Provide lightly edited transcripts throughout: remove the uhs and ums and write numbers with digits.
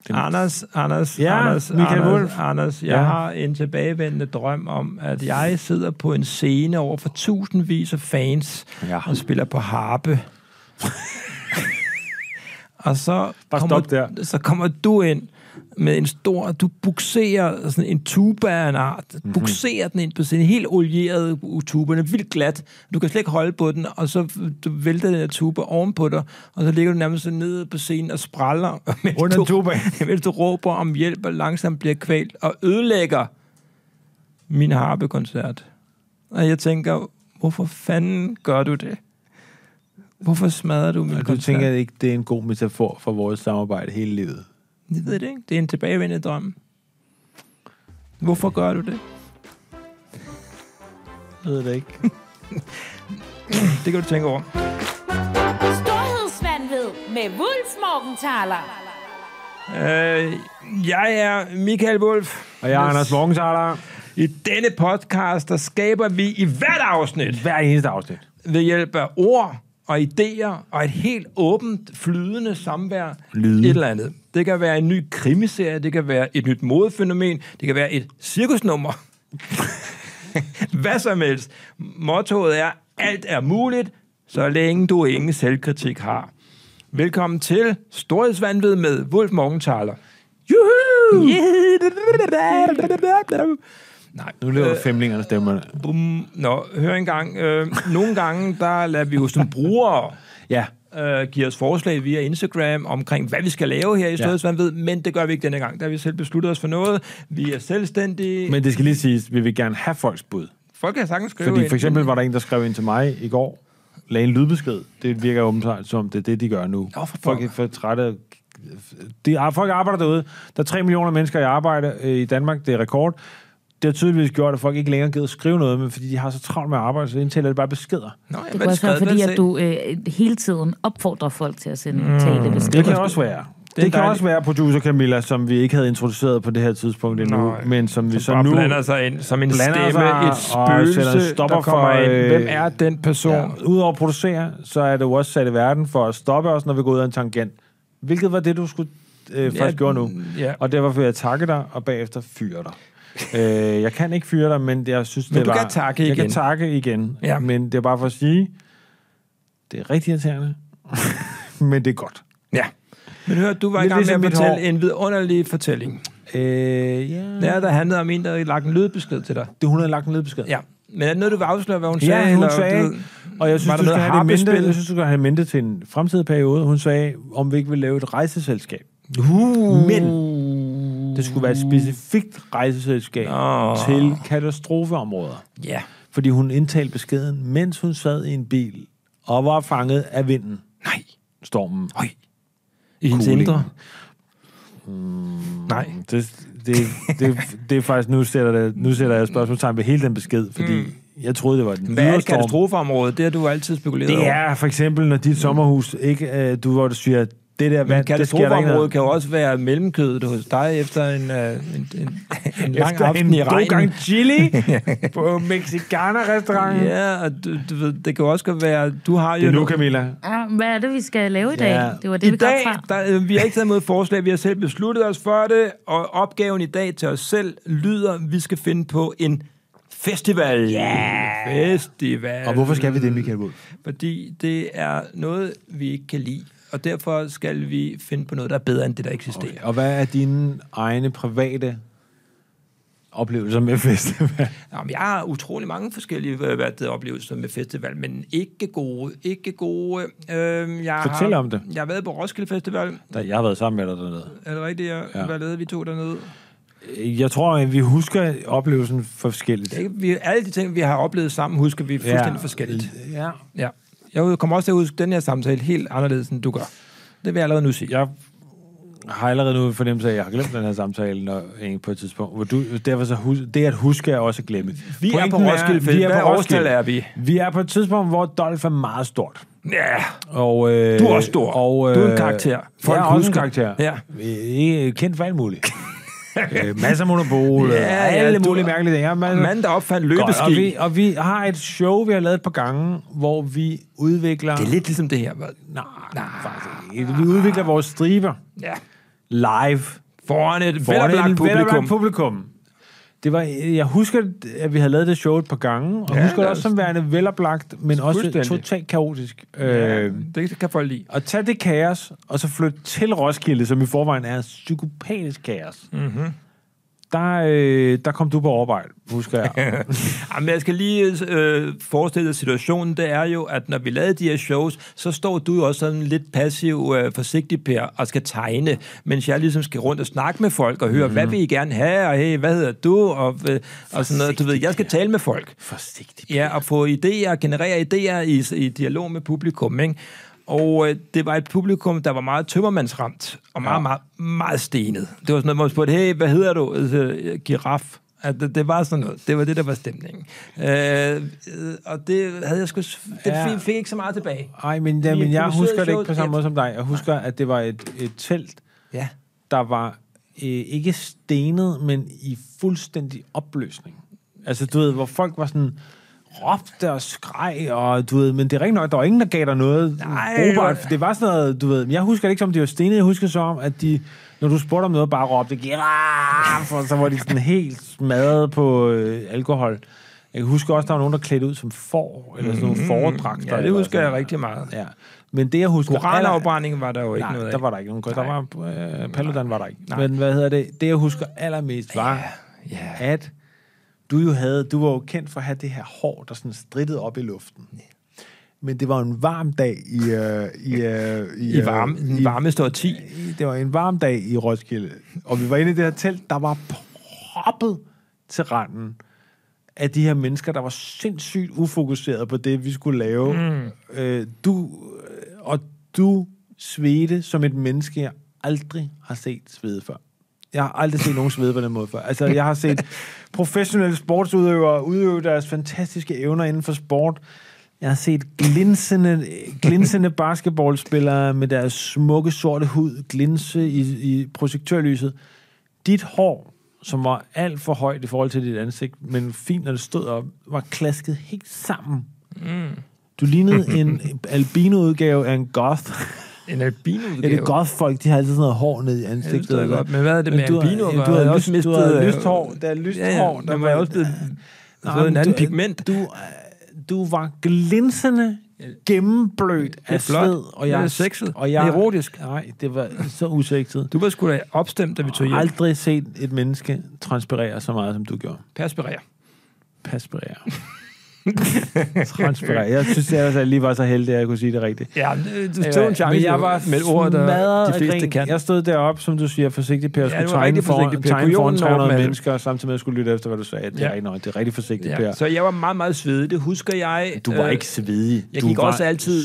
Anders, jeg har en tilbagevendende drøm om, at jeg sidder på en scene over for tusindvis af fans og spiller på harpe. Og så kommer du ind med en stor, du bukserer sådan en tuba af en art, bukserer den ind på sin helt olieret tuba, den er vildt glat, du kan slet ikke holde på den, og så du vælter den her tuba ovenpå dig, og så ligger du nærmest nede på scenen og spræller, mens du råber om hjælp og langsomt bliver kvalt, og ødelægger min harpekoncert. Og jeg tænker, hvorfor fanden gør du det? Hvorfor smadrer du min koncert? Du tænker ikke, det er en god metafor for vores samarbejde hele livet? Jeg ved det ikke. Det er en tilbagevendende drøm. Hvorfor gør du det? Jeg ved det ikke. Det kan du tænke over. Storhedsvanvid med Wulff Morgenthaler. Jeg er Michael Wulff. Og jeg er Anders Morgenthaler. I denne podcast, der skaber vi i hvert afsnit. Hver eneste afsnit. Ved hjælp af ord og idéer og et helt åbent, flydende samvær. Et eller andet. Det kan være en ny krimiserie, det kan være et nyt modefænomen, det kan være et cirkusnummer. Hvad som helst. Mottoet er, alt er muligt, så længe du ingen selvkritik har. Velkommen til Storhedsvanvid med Wulff Morgenthaler. Juhu! Nej, nu lever femlingerne stemmerne. Hør engang. Nogle gange, der lader vi jo som brugere give os forslag via Instagram omkring, hvad vi skal lave her i Storhedsvanvid, men det gør vi ikke denne gang. Der har vi selv besluttet os for noget. Vi er selvstændige. Men det skal lige siges, vi vil gerne have folks bud. Folk kan sagtens skrive fordi for eksempel var der en, der skrev ind til mig i går, lagde en lydbesked. Det virker åbenbart som det er det, de gør nu. Folk er for trætte. Folk arbejder derude. Der er 3 millioner mennesker i arbejde i Danmark. Det er rekord. Det har tydeligvis gjort, at folk ikke længere gider skrive noget, men fordi de har så travlt med at arbejde, så indtaler det bare beskeder. Det kan også være, fordi at du hele tiden opfordrer folk til at sende talebeskeder. Det kan også være. Det kan også være producer Camilla, som vi ikke havde introduceret på det her tidspunkt endnu, men som vi så nu blander sig ind som en stemme, et spøgelse, der kommer ind. Hvem er den person? Ja, udover at producere, så er det jo også sat i verden for at stoppe os, når vi går ud af en tangent. Hvilket var det, du skulle først gøre nu. Ja. Og derfor vil jeg takke dig, og bagefter fyre dig. Jeg kan ikke fyre dig, men jeg synes, det var... kan takke igen. Jeg kan takke igen, men det er bare for at sige, det er rigtig irriterende, men det er godt. Ja. Men hør, du var i gang med at fortælle en vidunderlig fortælling. Ja, der handlede om en, der havde lagt en lydbesked til dig. Hun havde lagt en lydbesked? Ja. Men er det noget, du vil afsløre, hvad hun sagde? Ja, hun sagde, og jeg synes, du skal have det mente til en fremtidig periode. Hun sagde, om vi ikke vil lave et rejseselskab. Men det skulle være et specifikt rejseselskab til katastrofeområder. Ja. Fordi hun indtalte beskeden, mens hun sad i en bil og var fanget af vinden. Nej. Stormen. Høj. I hendes indre? Nej. Det er faktisk, nu sætter jeg spørgsmålstegn ved hele den besked, fordi jeg troede, det var den. Hvad er et katastrofeområde? Det har du altid spekuleret over. Det er for eksempel, når dit sommerhus ikke, hvor du siger, det der vand, katastrofeområdet kan jo også være mellemkødet hos dig efter en lang aften i regnen. En gang chili på Mexicana-restaurant. Ja, og du ved, det kan også være, du har jo... Det er nu, Camilla. Ja, hvad er det, vi skal lave i dag? Ja. Det var det, vi kom fra. Vi har ikke taget mod forslag, vi har selv besluttet os for det, og opgaven i dag til os selv lyder, vi skal finde på en festival. Festival. Og hvorfor skal vi det, Michael Wulff? Fordi det er noget, vi ikke kan lide. Og derfor skal vi finde på noget, der er bedre end det, der eksisterer. Okay. Og hvad er dine egne private oplevelser med festival? Jamen, jeg har utrolig mange forskellige oplevelser med festival, men ikke gode. Fortæl om det. Jeg har været på Roskilde Festival. Jeg har været sammen med dig dernede. Er det rigtigt? Hvad lavede vi to dernede? Jeg tror, at vi husker oplevelsen forskelligt. Alle de ting, vi har oplevet sammen, husker vi fuldstændig forskelligt. Ja. Jeg kommer også til at huske den her samtale helt anderledes, end du gør. Det vil jeg allerede nu sige. Jeg har allerede nu fornemmelse af, at jeg har glemt den her samtale på et tidspunkt. Hvor derfor så det at huske er også at glemme. Vi er på Roskilde Festival. Hvad årstal er vi? Vi er på et tidspunkt, hvor Dolph er meget stort. Ja, og, du er også stor. Og, du er en karakter. Jeg er også en karakter. Ja. Ikke kendt for alt muligt. Masser af monopol, alle mulige mærkelige ting. Mand, der opfandt løbeski. Og vi har et show, vi har lavet et par gange, hvor vi udvikler... Det er lidt ligesom det her. Nej, faktisk ikke. Vi udvikler vores striber. Ja. live foran et veloplagt publikum. Det var, jeg husker, at vi havde lavet det show et par gange, og husker det også som værende veloplagt, men også totalt kaotisk. Det kan folk lide. Og tage det kaos, og så flytte til Roskilde, som i forvejen er psykopatisk kaos. Mm-hmm. Der kom du på overarbejde, husker jeg. Jamen, jeg skal lige forestille dig situationen. Det er jo, at når vi lavede de her shows, så står du jo også sådan lidt passiv, forsigtig, Per, og skal tegne, mens jeg ligesom skal rundt og snakke med folk og høre, hvad vil I gerne have, og hey, hvad hedder du, og sådan noget. Du ved, jeg skal tale med folk. Forsigtig, Per. Ja, og få idéer, generere idéer i dialog med publikum, ikke? Og det var et publikum, der var meget tømmermandsramt, og meget, meget, meget stenet. Det var sådan noget, hvor man spurgte, hey, hvad hedder du? Giraf. Det var sådan noget. Det var det, der var stemningen. Og det havde jeg sgu... Det fik ikke så meget tilbage. Nej, men jeg husker det ikke på samme måde som dig. Jeg husker, at det var et telt, der var ikke stenet, men i fuldstændig opløsning. Altså, du ved, hvor folk var sådan... råbte og skreg, og du ved, men det er rigtig nok, der var ingen, der gav dig noget brugbart. Det var sådan noget, du ved, jeg husker det ikke som, de var stenet, jeg husker så om, at de, når du spurgte om noget, bare råbte, og så var de sådan helt smadret på alkohol. Jeg husker også, der var nogen, der klædte ud som får, eller sådan nogle fordragter. Ja, det husker jeg rigtig meget. Ja. Men det, jeg husker... Koranafbrænding var der jo ikke noget af. Der var der ikke nogen. Der var, Paludan var der ikke. Nej. Men hvad hedder det? Det, jeg husker allermest, var, at du var jo kendt for at have det her hår, der sådan strittede op i luften. Men det var en varm dag i varmeste årti. Det var en varm dag i Roskilde. Og vi var inde i det her telt, der var proppet til randen af de her mennesker, der var sindssygt ufokuseret på det, vi skulle lave. Du svedte som et menneske, jeg aldrig har set svede før. Jeg har aldrig set nogen svede på den måde før. Altså, jeg har set professionelle sportsudøvere udøve deres fantastiske evner inden for sport. Jeg har set glinsende basketballspillere med deres smukke sorte hud glinse i projektørlyset. Dit hår, som var alt for højt i forhold til dit ansigt, men fint, når det stod op, var klasket helt sammen. Du lignede en albino-udgave af en goth. En albino-udgave? Ja, det er goth-folk, de har altid sådan noget hår ned i ansigtet. Ja, det godt, men hvad er det med albino? Du har lyst hår. Der er lyst hår. Der var også blevet en anden pigment. Du var glinsende, gennemblødt af sved. Og jeg er sexet. Og jeg, erotisk. Nej, det var så usekset. Du var sgu da opstemt, da vi tog hjem. Jeg har aldrig set et menneske transpirere så meget, som du gjorde. Perspirere. Transpirere. Jeg synes, jeg lige var så heldig, at jeg kunne sige det rigtigt. Ja, du tog en chance jeg var med ord, der de fleste kan. Jeg stod deroppe, som du siger, forsigtigt, Per, og skulle tegne foran 300 mennesker, samtidig med at jeg skulle lytte efter, hvad du sagde. Det er rigtig nok. Det er rigtig forsigtigt, Per. Så jeg var meget, meget svedig. Det husker jeg. Du var ikke svedig. Jeg gik også altid...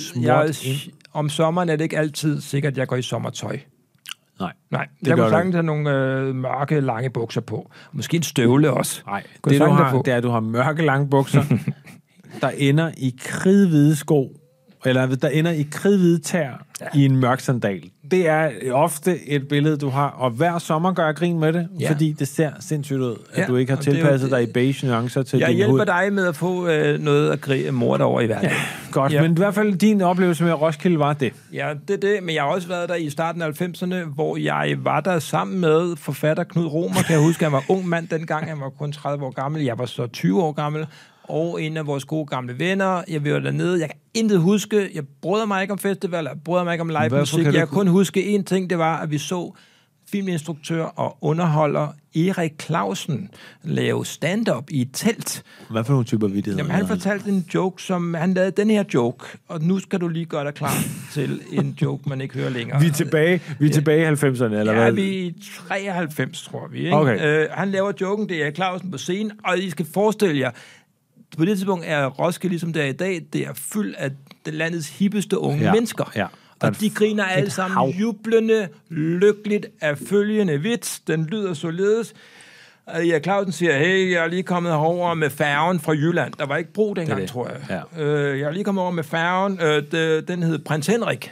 Om sommeren er det ikke altid sikkert, at jeg går i sommertøj. Nej, jeg kunne sagtens have nogle mørke, lange bukser på. Måske en støvle også. Nej, det er, at du har mørke, lange bukser, der ender i kridhvide sko, eller der ender i kridhvide tær i en mørk sandal. Det er ofte et billede, du har, og hver sommer gør jeg grin med det, fordi det ser sindssygt ud, at du ikke har tilpasset dig i beige nuancer til din hud. Jeg hjælper dig med at få noget at grine mor over i verden. Ja, godt, men i hvert fald din oplevelse med Roskilde var det. Ja, det er det, men jeg har også været der i starten af 90'erne, hvor jeg var der sammen med forfatter Knud Romer, kan jeg huske, han var ung mand dengang, han var kun 30 år gammel, jeg var så 20 år gammel, og en af vores gode gamle venner. Jeg var dernede. Jeg kan intet huske. Jeg bryder mig ikke om festival. Jeg bryder mig ikke om live musik. Jeg kan kun huske én ting. Det var, at vi så filminstruktør og underholder Erik Clausen lave stand-up i et telt. Hvad for nogle typer vidtigheder? Jamen, han fortalte en joke, som... Han lavede den her joke, og nu skal du lige gøre dig klar til en joke, man ikke hører længere. Vi er tilbage i 90'erne, eller hvad? Ja, vi er i 93, tror vi. Ikke? Okay. Han laver joken, det er Erik Clausen på scenen, og I skal forestille jer, på det tidspunkt er Roskilde, ligesom det er i dag, det er fyldt af det landets hippeste unge mennesker. Ja. Og de griner alle sammen jublende, lykkeligt af følgende vits. Den lyder således. Erik Clausen siger, hey, jeg er lige kommet herover med færgen fra Jylland. Der var ikke bro dengang, tror jeg. Ja. Jeg er lige kommet over med færgen. Den hed Prins Henrik.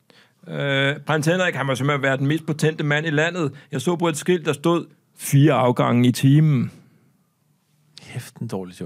Ja. Prins Henrik, han må simpelthen være den mest potente mand i landet. Jeg så på et skilt, der stod 4 afgange i timen. Hæft en dårlig joke.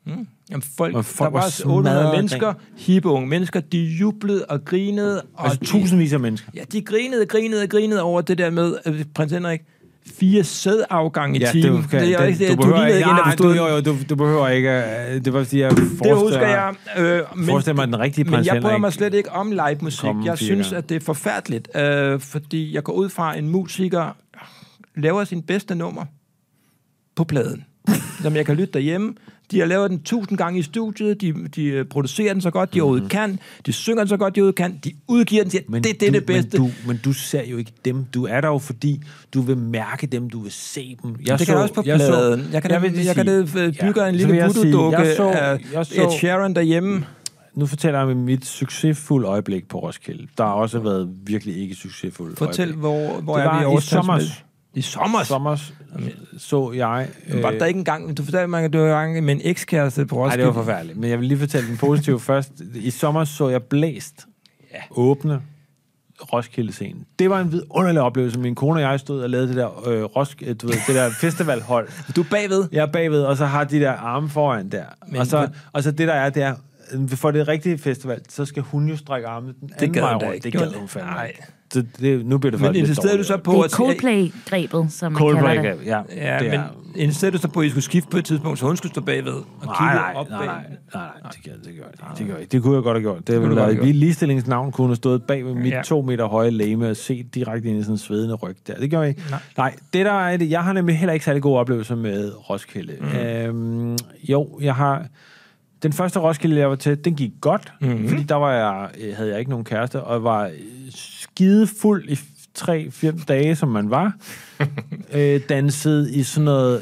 Jamen, folk der var 800 mennesker, hippe unge mennesker, de jublede og grinede. Altså tusindvis af mennesker. Ja, de grinede over det der med, prins Henrik, 4 sædafgang i timen. Det er jo ikke det, du behøver ikke. Det var fordi, jeg forestiller mig den rigtige prins Henrik. Men jeg bryder mig slet ikke om live musik. Jeg synes, at det er forfærdeligt, fordi jeg går ud fra, en musiker laver sin bedste nummer på pladen, som jeg kan lytte derhjemme. De har lavet den 1000 gange i studiet, de producerer den så godt, de overhovedet kan, de synger den så godt, de overhovedet kan, de udgiver den, siger, det er det bedste. Men du ser jo ikke dem. Du er der jo, fordi du vil mærke dem, du vil se dem. Det kan også på pladen. Jeg kan bygge en lille voodoo-dukke af Ed Sheeran derhjemme. Nu fortæller jeg om mit succesfulde øjeblik på Roskilde. Der har også været virkelig ikke succesfulde Fortæl, øjeblik. hvor er vi i årstalsmæssigt? I sommer så jeg... Var der ikke engang... Du fortalte mig, at du var med en ekskæreste på Roskilde. Nej, det var forfærdeligt. Men jeg vil lige fortælle den positive først. I sommer så jeg Blæst åbne Roskilde-scenen. Det var en vidunderlig oplevelse. Min kone og jeg stod og lavede det der, det der festivalhold. Du er bagved? Jeg er bagved, og så har de der arme foran der. Og så det der er, det er... For det rigtige festival, så skal hun jo strække armene den anden vej rundt. Det gad hun fandme. Nej. Nu bliver det faktisk lidt dårligt. Du så på, det er Coldplay-grebet, som man kalder det. Ja, men instedsætter du så på, at I skulle skifte på et tidspunkt, så hun skulle stå bagved og kigge op bag? Nej, det gør jeg ikke. Det kunne jeg godt have gjort. Det ville være i ligestillingens navn kunne have stået bag ved mit 2 meter høje læme og set direkte ind i sådan en svedende ryg der. Det gør jeg ikke. Nej, det der er det. Jeg har nemlig heller ikke særlig gode oplevelser med Roskilde. Jeg har... Den første Roskilde, jeg var til, den gik godt, fordi der havde jeg ikke nogen kæreste, og var skidefuld i 3-5 dage, som man var. Dansede i sådan noget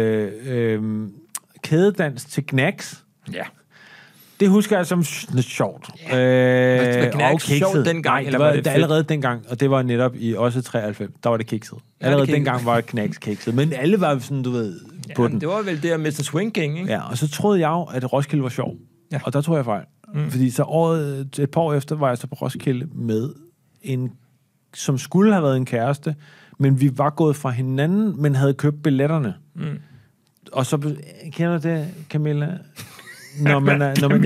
kædedans til Knacks. Ja. Det husker jeg som sjovt. Og sjovt dengang? Nej, det var allerede dengang, og det var netop i også 93, der var det kikset. Allerede dengang var Knacks kikset, men alle var sådan, du ved, på den. Det var vel det Mr. Swing King, ikke? Ja, og så troede jeg jo, at Roskilde var sjov. Ja. Og der tror jeg fejl. Fordi så et par år efter var jeg så på Roskilde med en, som skulle have været en kæreste, men vi var gået fra hinanden, men havde købt billetterne. Og så kender du det, Camilla? Jamen,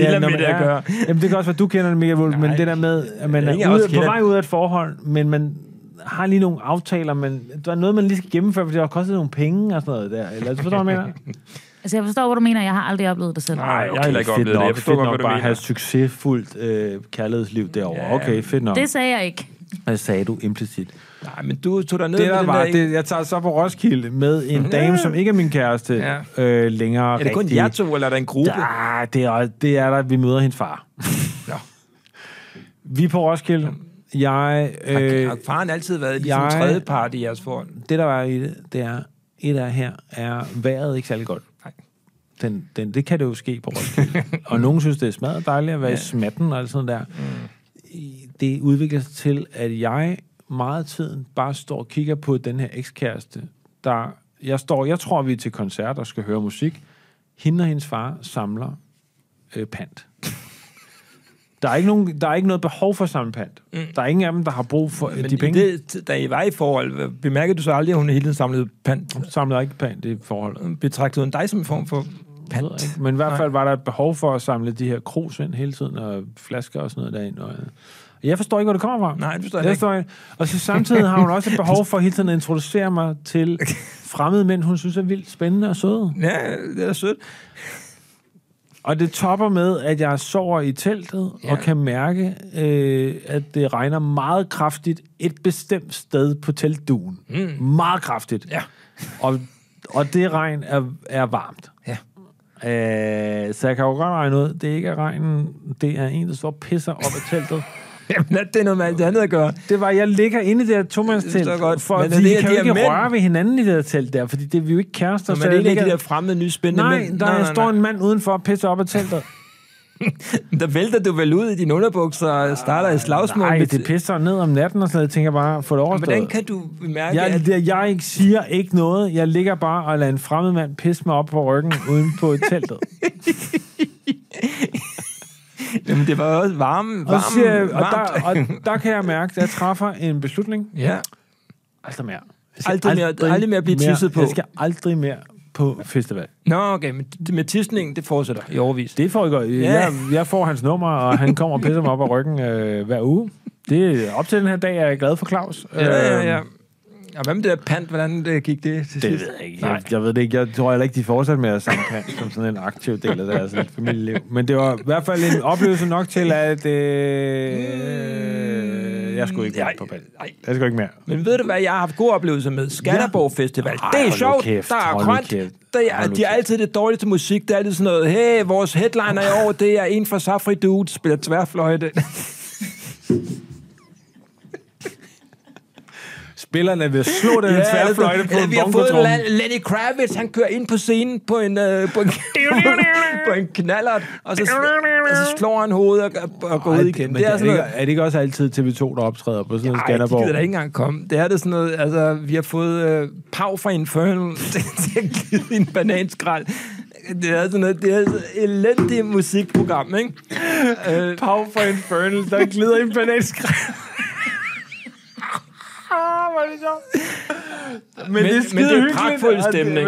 det kan også være, du kender det, Michael Wolf, men det der med, at man er på vej ud af et forhold, men man har lige nogle aftaler, men der er noget, man lige skal gennemføre, fordi det har kostet nogle penge og sådan noget der. Eller forstår du, hvad jeg mener? Altså, jeg forstår, hvad du mener. Jeg har aldrig oplevet det selv. Nej, jeg har heller ikke oplevet det. Jeg forstår godt, hvad du mener. Bare have succesfuldt kærlighedsliv derovre. Ja, okay, fedt nok. Det sagde jeg ikke. Det sagde du implicit. Nej, men du tog dig ned det med den der... Jeg tager så på Roskilde med en dame, som ikke er min kæreste længere. Er det kun jer to, eller er der en gruppe? Ja, det er der, vi møder hendes far. Vi er på Roskilde. Har faren altid været ligesom tredje part i jeres forhold? Det, der var i det er, et af her er vejret ikke særlig godt. Nej. Det kan det jo ske på Roskilde. Og nogen synes, det er smadret dejligt at være i smatten og alt sådan der. Det udvikler sig til, at jeg meget af tiden bare står og kigger på den her ekskæreste. Jeg tror, vi er til koncert og skal høre musik. Hende og hendes far samler pant. Der er ikke noget behov for at samle pant. Der er ingen af dem, der har brug for de penge. Da I var i forhold, bemærkede du så aldrig, at hun hele tiden samlede pant? Hun samlede ikke pant i forhold. Betragtede hun dig som en form for pant? Men i hvert fald var der et behov for at samle de her krusvind hele tiden, og flasker og sådan noget derinde. Og jeg forstår ikke, hvor det kommer fra. Nej, det forstår jeg ikke. Og så samtidig har hun også et behov for hele tiden at introducere mig til fremmede mænd, hun synes er vildt spændende og søde. Ja, det er sødt. Og det topper med, at jeg sover i teltet og kan mærke, at det regner meget kraftigt et bestemt sted på teltduen. Meget kraftigt. Ja. Og det regn er varmt. Ja. Så jeg kan jo godt regne ud, det ikke er regnen, det er en, der står og pisser op af teltet. Jamen, det er noget med alt andet at gøre. Det var, jeg ligger inde i det her tomandstelt, for vi kan jo ikke røre ved hinanden i det der telt der, fordi det er vi jo ikke kærester. Men det er ikke de der fremmede, nye, spændende mænd. Nej, der står en mand udenfor og pisser op af teltet. Der vælter du vel ud i dine underbukser og starter i slagsmål. Nej, det pisser ned om natten og sådan noget. Jeg tænker bare, få det overstået. Hvordan kan du mærke, jeg siger ikke noget. Jeg ligger bare og lader en fremmed mand pisse mig op på ryggen uden på teltet. Jamen, det var også varmt. Og der kan jeg mærke, at jeg træffer en beslutning. Ja. Aldrig mere. Aldrig mere blive tisset på. Jeg skal aldrig mere på festival. Nå, okay, men med tidsningen, det fortsætter i overvis. Det får jeg godt. Jeg får hans nummer, og han kommer og pisser mig op af ryggen hver uge. Det op til den her dag er jeg glad for Claus. Ja. Og hvad med det der pant? Hvordan gik det til sidst? Det ved jeg ikke. Jeg ved det ikke. Jeg tror heller ikke, de fortsatte med at samle pant som sådan en aktiv del af deres familieliv. Men det var i hvert fald en oplevelse nok til, at jeg skulle ikke på pant. Jeg skulle ikke mere. Men ved du hvad, jeg har haft gode oplevelser med Skanderborg Festival. Det er sjovt. Kæft, der er grønt. De er altid det dårlige til musik. Det er altid sådan noget, hey, vores headliner i år, det er en fra Safri Dude, spiller tværfløjte. Spillerne vil slå den tværfløjte på en vi har fået Lenny Kravitz, han kører ind på scenen på en knallert, og så slår han hovedet og går ud igen. Det er det ikke også altid TV2, der optræder på sådan en Skanderborg? Nej, det gider da ikke engang komme. Det er det sådan noget, altså, vi har fået Pau fra Infernal til at give en bananskrald. Det er sådan noget, det er et elendigt musikprogram, ikke? Pau fra Infernal, der glider en bananskrald. Men det er pragtfuld stemning.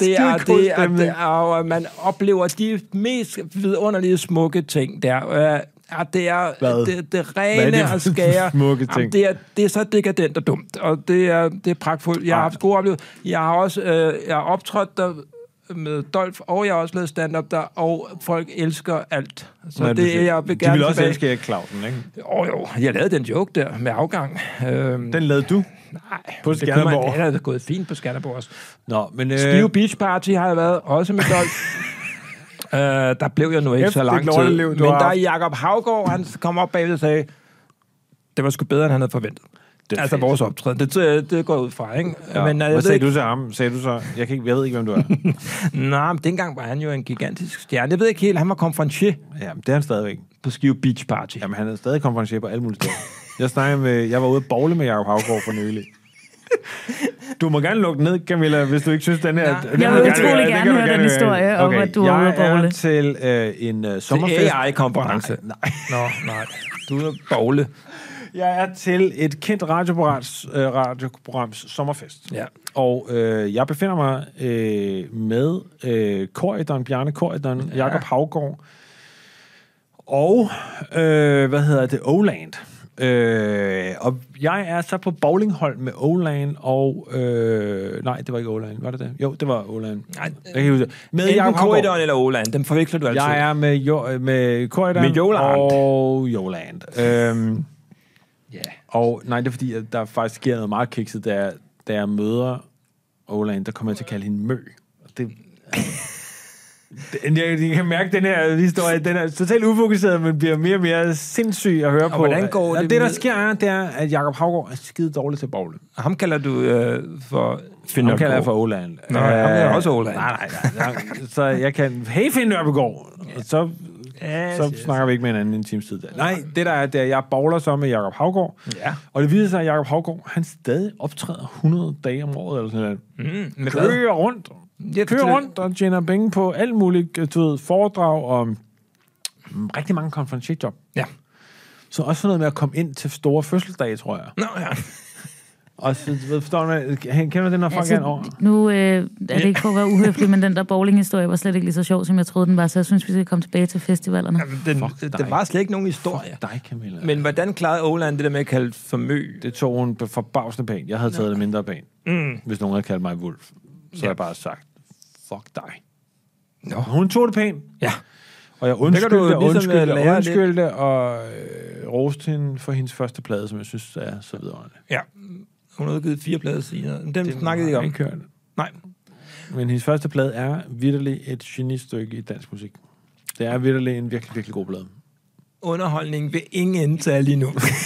Og man oplever de mest vidunderlige smukke ting der. Det er det rene og skære. Det er så dekadent og dumt. Og det er pragtfuldt. Jeg har haft gode oplevelser. Jeg har også jeg har optrådt der med Dolph, og jeg har også lavet stand-up der, og folk elsker alt. Så nej, det er jeg vil gerne. De vil også elske Erik Clausen, ikke? Jo, jeg lavede den joke der med afgang. Den lavede du? Nej, på Skanderborg. Det er gået fint på Skanderborg også. Nå, men Skive Beach Party har jeg været, også med Dolph. Der blev jeg nu ikke så lang tid. Men der er Jakob Haugaard, han kom op bagved og sagde, det var sgu bedre, end han havde forventet. Altså vores optræden. Det går ud fra, ikke? Ja. Men, hvad sagde du til ham? Sagde du så? Jeg ved ikke, hvem du er. Nej, men dengang var han jo en gigantisk stjerne. Jeg ved ikke helt, han var konferencier. Ja, men det er han stadigvæk. På Skive Beach Party. Jamen, han er stadig konferencier på alle mulige steder. Jeg var ude at bowle med Jakob Haugaard for nylig. Du må gerne lukke ned, Camilla, hvis du ikke synes, den her... Jeg vil utrolig gerne høre den historie om, at du er ude at bowle. Jeg er til en sommerfest. Det er AI-konference. Nej. Du er ude at bowle. Jeg er til et kendt radioprograms sommerfest. Ja. Og jeg befinder mig med Bjarne Corydon, Jakob Haugaard og Oland. Og jeg er så på bowlinghold med Oland og... nej, det var ikke Oland. Var det det? Jo, det var Oland. Nej, med Jakob Corydon eller Oland. Dem forveksler du altid. Jeg er med Corydon og Joland. Yeah. Og nej, det er fordi, at der faktisk sker noget meget kikset, da jeg møder Oland, der kommer jeg til at kalde hende Mø. Jeg kan mærke, den her historie, den er totalt ufokuseret, men bliver mere og mere sindssyg at høre og på. Hvordan går det? Det, der sker, det er, at Jakob Haugaard er skide dårlig til bowle. Og ham kalder du for Finn Nørbegaard. Ham kalder jeg for Oland. Nej, ham kalder også Oland. Nej. Så jeg kan... Hey, Finn Nørbegaard! Så snakker vi ikke med hinanden en times tid der. Nej, det der er, det er, jeg bowler så med Jakob Haugaard. Ja. Og det viser sig, at Jakob Haugaard, han stadig optræder 100 dage om året, eller sådan noget. Kører rundt og tjener penge på alt muligt, foredrag og rigtig mange konferencierjob. Ja. Så også noget med at komme ind til store fødselsdage, tror jeg. Nå ja. Og så, forstår du, kender den her folk gerne over? Nu er det ikke for at være uhøflig, men den der bowling-historie var slet ikke lige så sjov, som jeg troede, den var, så jeg synes, vi skal komme tilbage til festivalerne. Jamen, der var slet ikke nogen historie. Dig, Camilla. Men hvordan klarede Oland det der med at kalde for Mø? Det tog hun forbavsende pænt. Jeg havde taget det mindre pænt, hvis nogen havde kaldt mig Wolf. Så jeg bare sagt, fuck dig. Nå. Hun tog det pænt. Ja. Og jeg undskyldte og roste hende for hendes første plade, som jeg synes er så vidunderligt. Ja. Hun har udgivet 4 plader senere. Dem snakkede ikke om. Ikke hørt. Nej. Men hendes første plade er vitterlig et genistykke i dansk musik. Det er vitterlig en virkelig, virkelig god plade. Underholdning vil ingen indtage lige nu.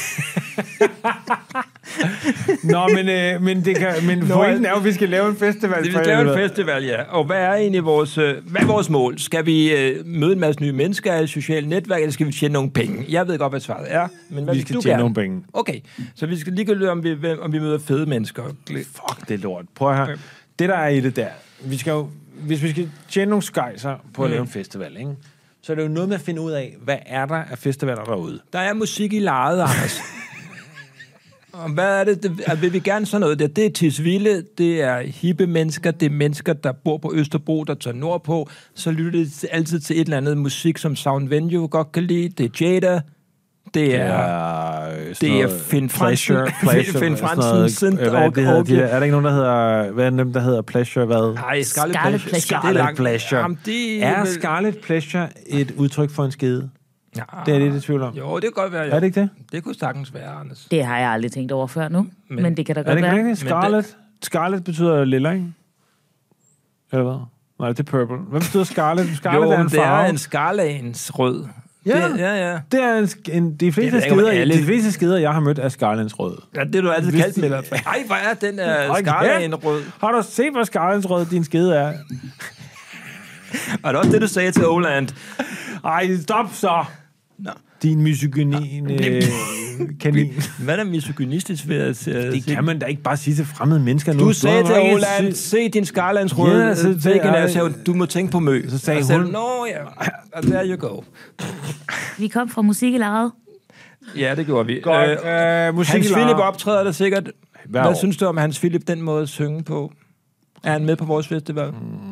Nå, men pointen er jo, at vi skal lave en festival. Vi skal lave en festival, ja. Og hvad er egentlig vores mål? Skal vi møde en masse nye mennesker i sociale netværk, eller skal vi tjene nogle penge? Jeg ved godt, hvad svaret er. Men hvad vi skal tjene nogle penge. Okay, så vi skal lige gå om vi møder fede mennesker. Fuck, det er lort. Prøv at høre. Okay. Det, der er i det der, hvis vi skal tjene nogle skejser på at lave en festival, ikke? Så er det jo noget med at finde ud af, hvad er der af festivaler derude? Der er musik i lejet, Anders. Og hvad er det? Vil vi gerne sådan noget der? Det er Tisvilde, det er hippe mennesker, det er mennesker, der bor på Østerbro, der tager nordpå. Så lytter det altid til et eller andet musik, som Sound Venue godt kan lide. Det er Jada. Det er Finn Fransen. Finn Fransen. Er der ikke nogen, der hedder... Hvad er dem, der hedder Pleasure? Hvad? Nej, Scarlet Pleasure. Scarlet Pleasure. Jamen, er Scarlet Pleasure et udtryk for en skede? Ja. Det er det, tvivl om. Jo, det kan godt være, ja. Er det ikke det? Det kunne sagtens være, Anders. Det har jeg aldrig tænkt over før nu, men det kan da godt være. Er det ikke Scarlet? Scarlet betyder lilla, ikke? Eller hvad? Nej, det er purple. Hvad betyder Scarlet? Scarlet er en farve. Det er en skarlagens rød. Ja, det er de fleste skeder, jeg har mødt, er Scarlens rød. Ja, det er du altid kaldt med. Ej, hvor er den Scarlen rød? Har du set, hvor Scarlens rød din skede er? Og det også det, du sagde til Oland. Ej, stop så! No. Din misogynin kanin. Hvad er misogynistisk ved at sige? Det kan man da ikke bare sige til fremmede mennesker. Du sagde til Oland, se din Scarlens rød. Du må tænke på Mø. Så sagde hun, nå ja, there you go. Vi kom fra musik i lejet. Ja, det gjorde vi. Godt, Hans Philip optræder der sikkert. Hvad synes du om Hans Philip, den måde at synge på? Er han med på vores festival?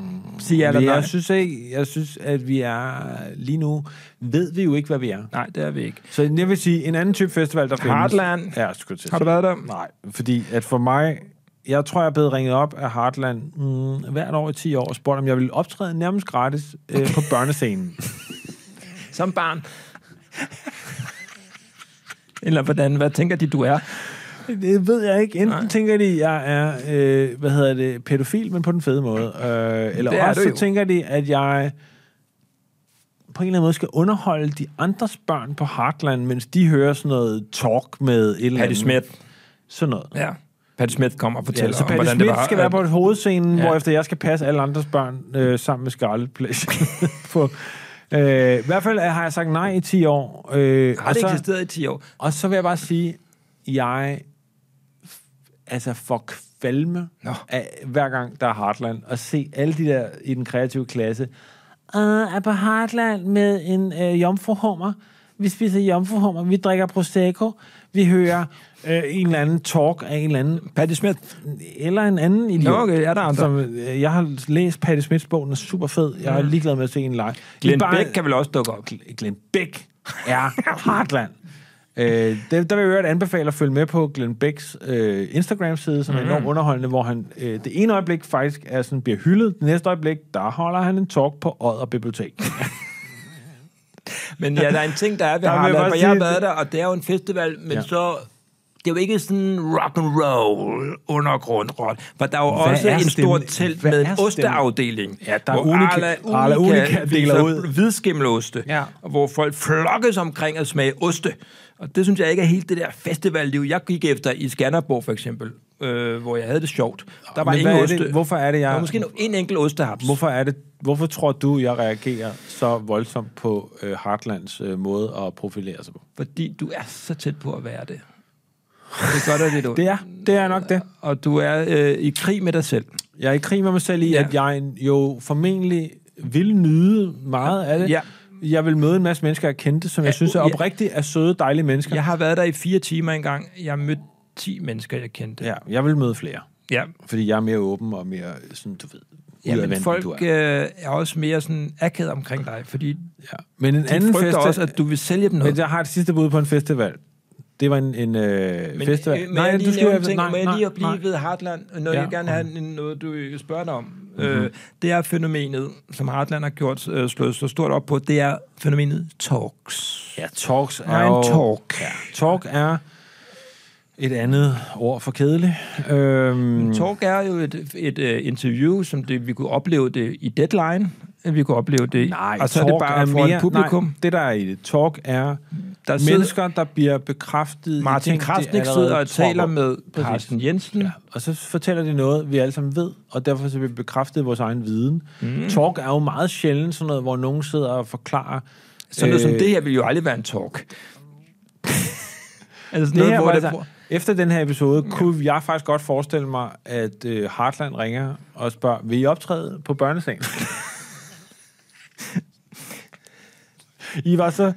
Jeg synes, at vi er lige nu, ved vi jo ikke, hvad vi er. Nej, det er vi ikke. Så jeg vil sige, en anden type festival, der findes. Heartland. Ja, har du været der? Nej, fordi at for mig, jeg tror, jeg er blevet ringet op af Heartland hvert år i 10 år og spurgt, om jeg ville optræde nærmest gratis på børnescenen. Som barn. Eller hvordan? Hvad tænker de, du er? Det ved jeg ikke. Enten tænker de, jeg er, pædofil, men på den fede måde. Eller også så tænker de, at jeg på en eller anden måde skal underholde de andres børn på Heartland, mens de hører sådan noget talk med et eller andet. Patty Smith. Sådan noget. Ja. Patty Smith kommer og fortæller om, hvordan det var. Patty Smith skal være på hovedscenen, hvorefter jeg skal passe alle andres børn sammen med Scarlet Pleasure. I hvert fald har jeg sagt nej i 10 år. Har det eksisteret i 10 år? Og så vil jeg bare sige, jeg får kvalme af hver gang der er Heartland, og se alle de der i den kreative klasse er på Heartland med en jomfruhummer. Vi spiser jomfruhummer, vi drikker Prosecco, vi hører en eller anden talk af en eller anden Patty Smith eller en anden idiot. Okay, er der andre? Jeg har læst Patty Smiths bog, den er super fed. Jeg er ligeglad med at se en live. Glenn Beck kan vel også dukke op? Glenn Beck er Heartland. Der vil jeg øvrigt anbefale at følge med på Glenn Becks Instagram-side, som er enormt underholdende, hvor han det ene øjeblik faktisk bliver hyldet, det næste øjeblik, der holder han en talk på Odder Bibliotek. Men ja, der er en ting, der er ved Heartland, for jeg har været der, og det er jo en festival, men så... Det er jo ikke sådan rock and roll undergrund, for der er jo også en stor telt med en osteafdeling. Ja, der er Unica deler ud hvidskimmeloste, hvor folk flokkes omkring at smage oste. Og det synes jeg ikke er helt det der festivalliv, jeg gik efter i Skanderborg for eksempel, hvor jeg havde det sjovt. Der var ingen oste. Hvorfor er det, der var måske en enkelt ostehaps. Hvorfor tror du, jeg reagerer så voldsomt på Heartlands måde at profilere sig på? Fordi du er så tæt på at være det. Det er godt, at det er nok det. Og du er i krig med dig selv. Jeg er i krig med mig selv i, at jeg jo formentlig vil nyde meget af det. Ja. Jeg vil møde en masse mennesker, jeg kendte, som jeg synes er oprigtigt er søde, dejlige mennesker. Jeg har været der i 4 timer engang. Jeg har mødt 10 mennesker, jeg kendte. Ja, jeg vil møde flere. Ja. Fordi jeg er mere åben og mere sådan, du ved... Ja, men folk er også mere sådan akavet omkring dig, fordi men en anden frygter også, at du vil sælge dem noget. Men jeg har et sidste bud på en festival. Det var en festival. Må jeg lige blive ved Heartland, når jeg gerne have noget, du spørger dig om. Det er fænomenet, som Heartland har gjort slået så stort op på, det er fænomenet talks. Ja, talks er jo... talk. Ja, talk er et andet ord for kedelig. Talk er jo et interview, som vi kunne opleve det i Deadline. Vi kunne opleve det... Nej, og så er det bare for et publikum. Nej, det der er i det. Talk er mennesker, der bliver bekræftet... Martin Krasnik sidder og taler med Carsten Jensen. Ja, og så fortæller de noget, vi alle sammen ved, og derfor så bliver vi bekræftet vores egen viden. Talk er jo meget sjældent sådan noget, hvor nogen sidder og forklarer... Sådan noget som det her vil jo aldrig være en talk. Altså noget, hvor efter den her episode, kunne jeg faktisk godt forestille mig, at Heartland ringer og spørger, vil I optræde på børnescenen? I var så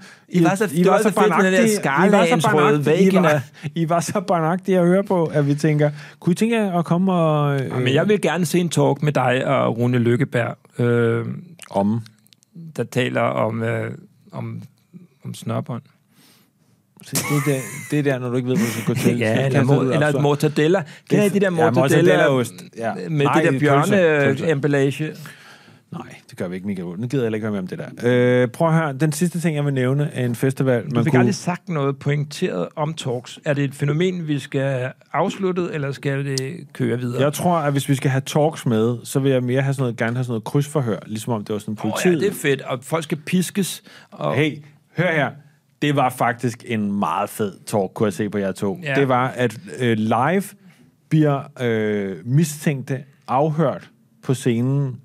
barnagtige at høre på, at vi tænker, kunne I tænke jer at komme og... Men jeg vil gerne se en talk med dig og Rune Lykkeberg. Der taler om snørbånd. Det er der, når du ikke ved, hvor du skal gå til. Ja, eller mortadella. Kender I de der mortadella-ost med det der bjørne-emballage? Nej, det gør vi ikke, Michael. Nu gider jeg ikke høre mere om det der. Prøv at høre, den sidste ting, jeg vil nævne, er en festival. Du fik aldrig sagt noget pointeret om talks. Er det et fænomen, vi skal afslutte, eller skal det køre videre? Jeg tror, at hvis vi skal have talks med, så vil jeg mere gerne have sådan noget krydsforhør, ligesom om det var sådan politiet. Ja, det er fedt, og folk skal piskes. Og... Hey, hør her. Det var faktisk en meget fed talk, kunne jeg se på jer to. Ja. Det var, at live bliver mistænkte afhørt på scenen.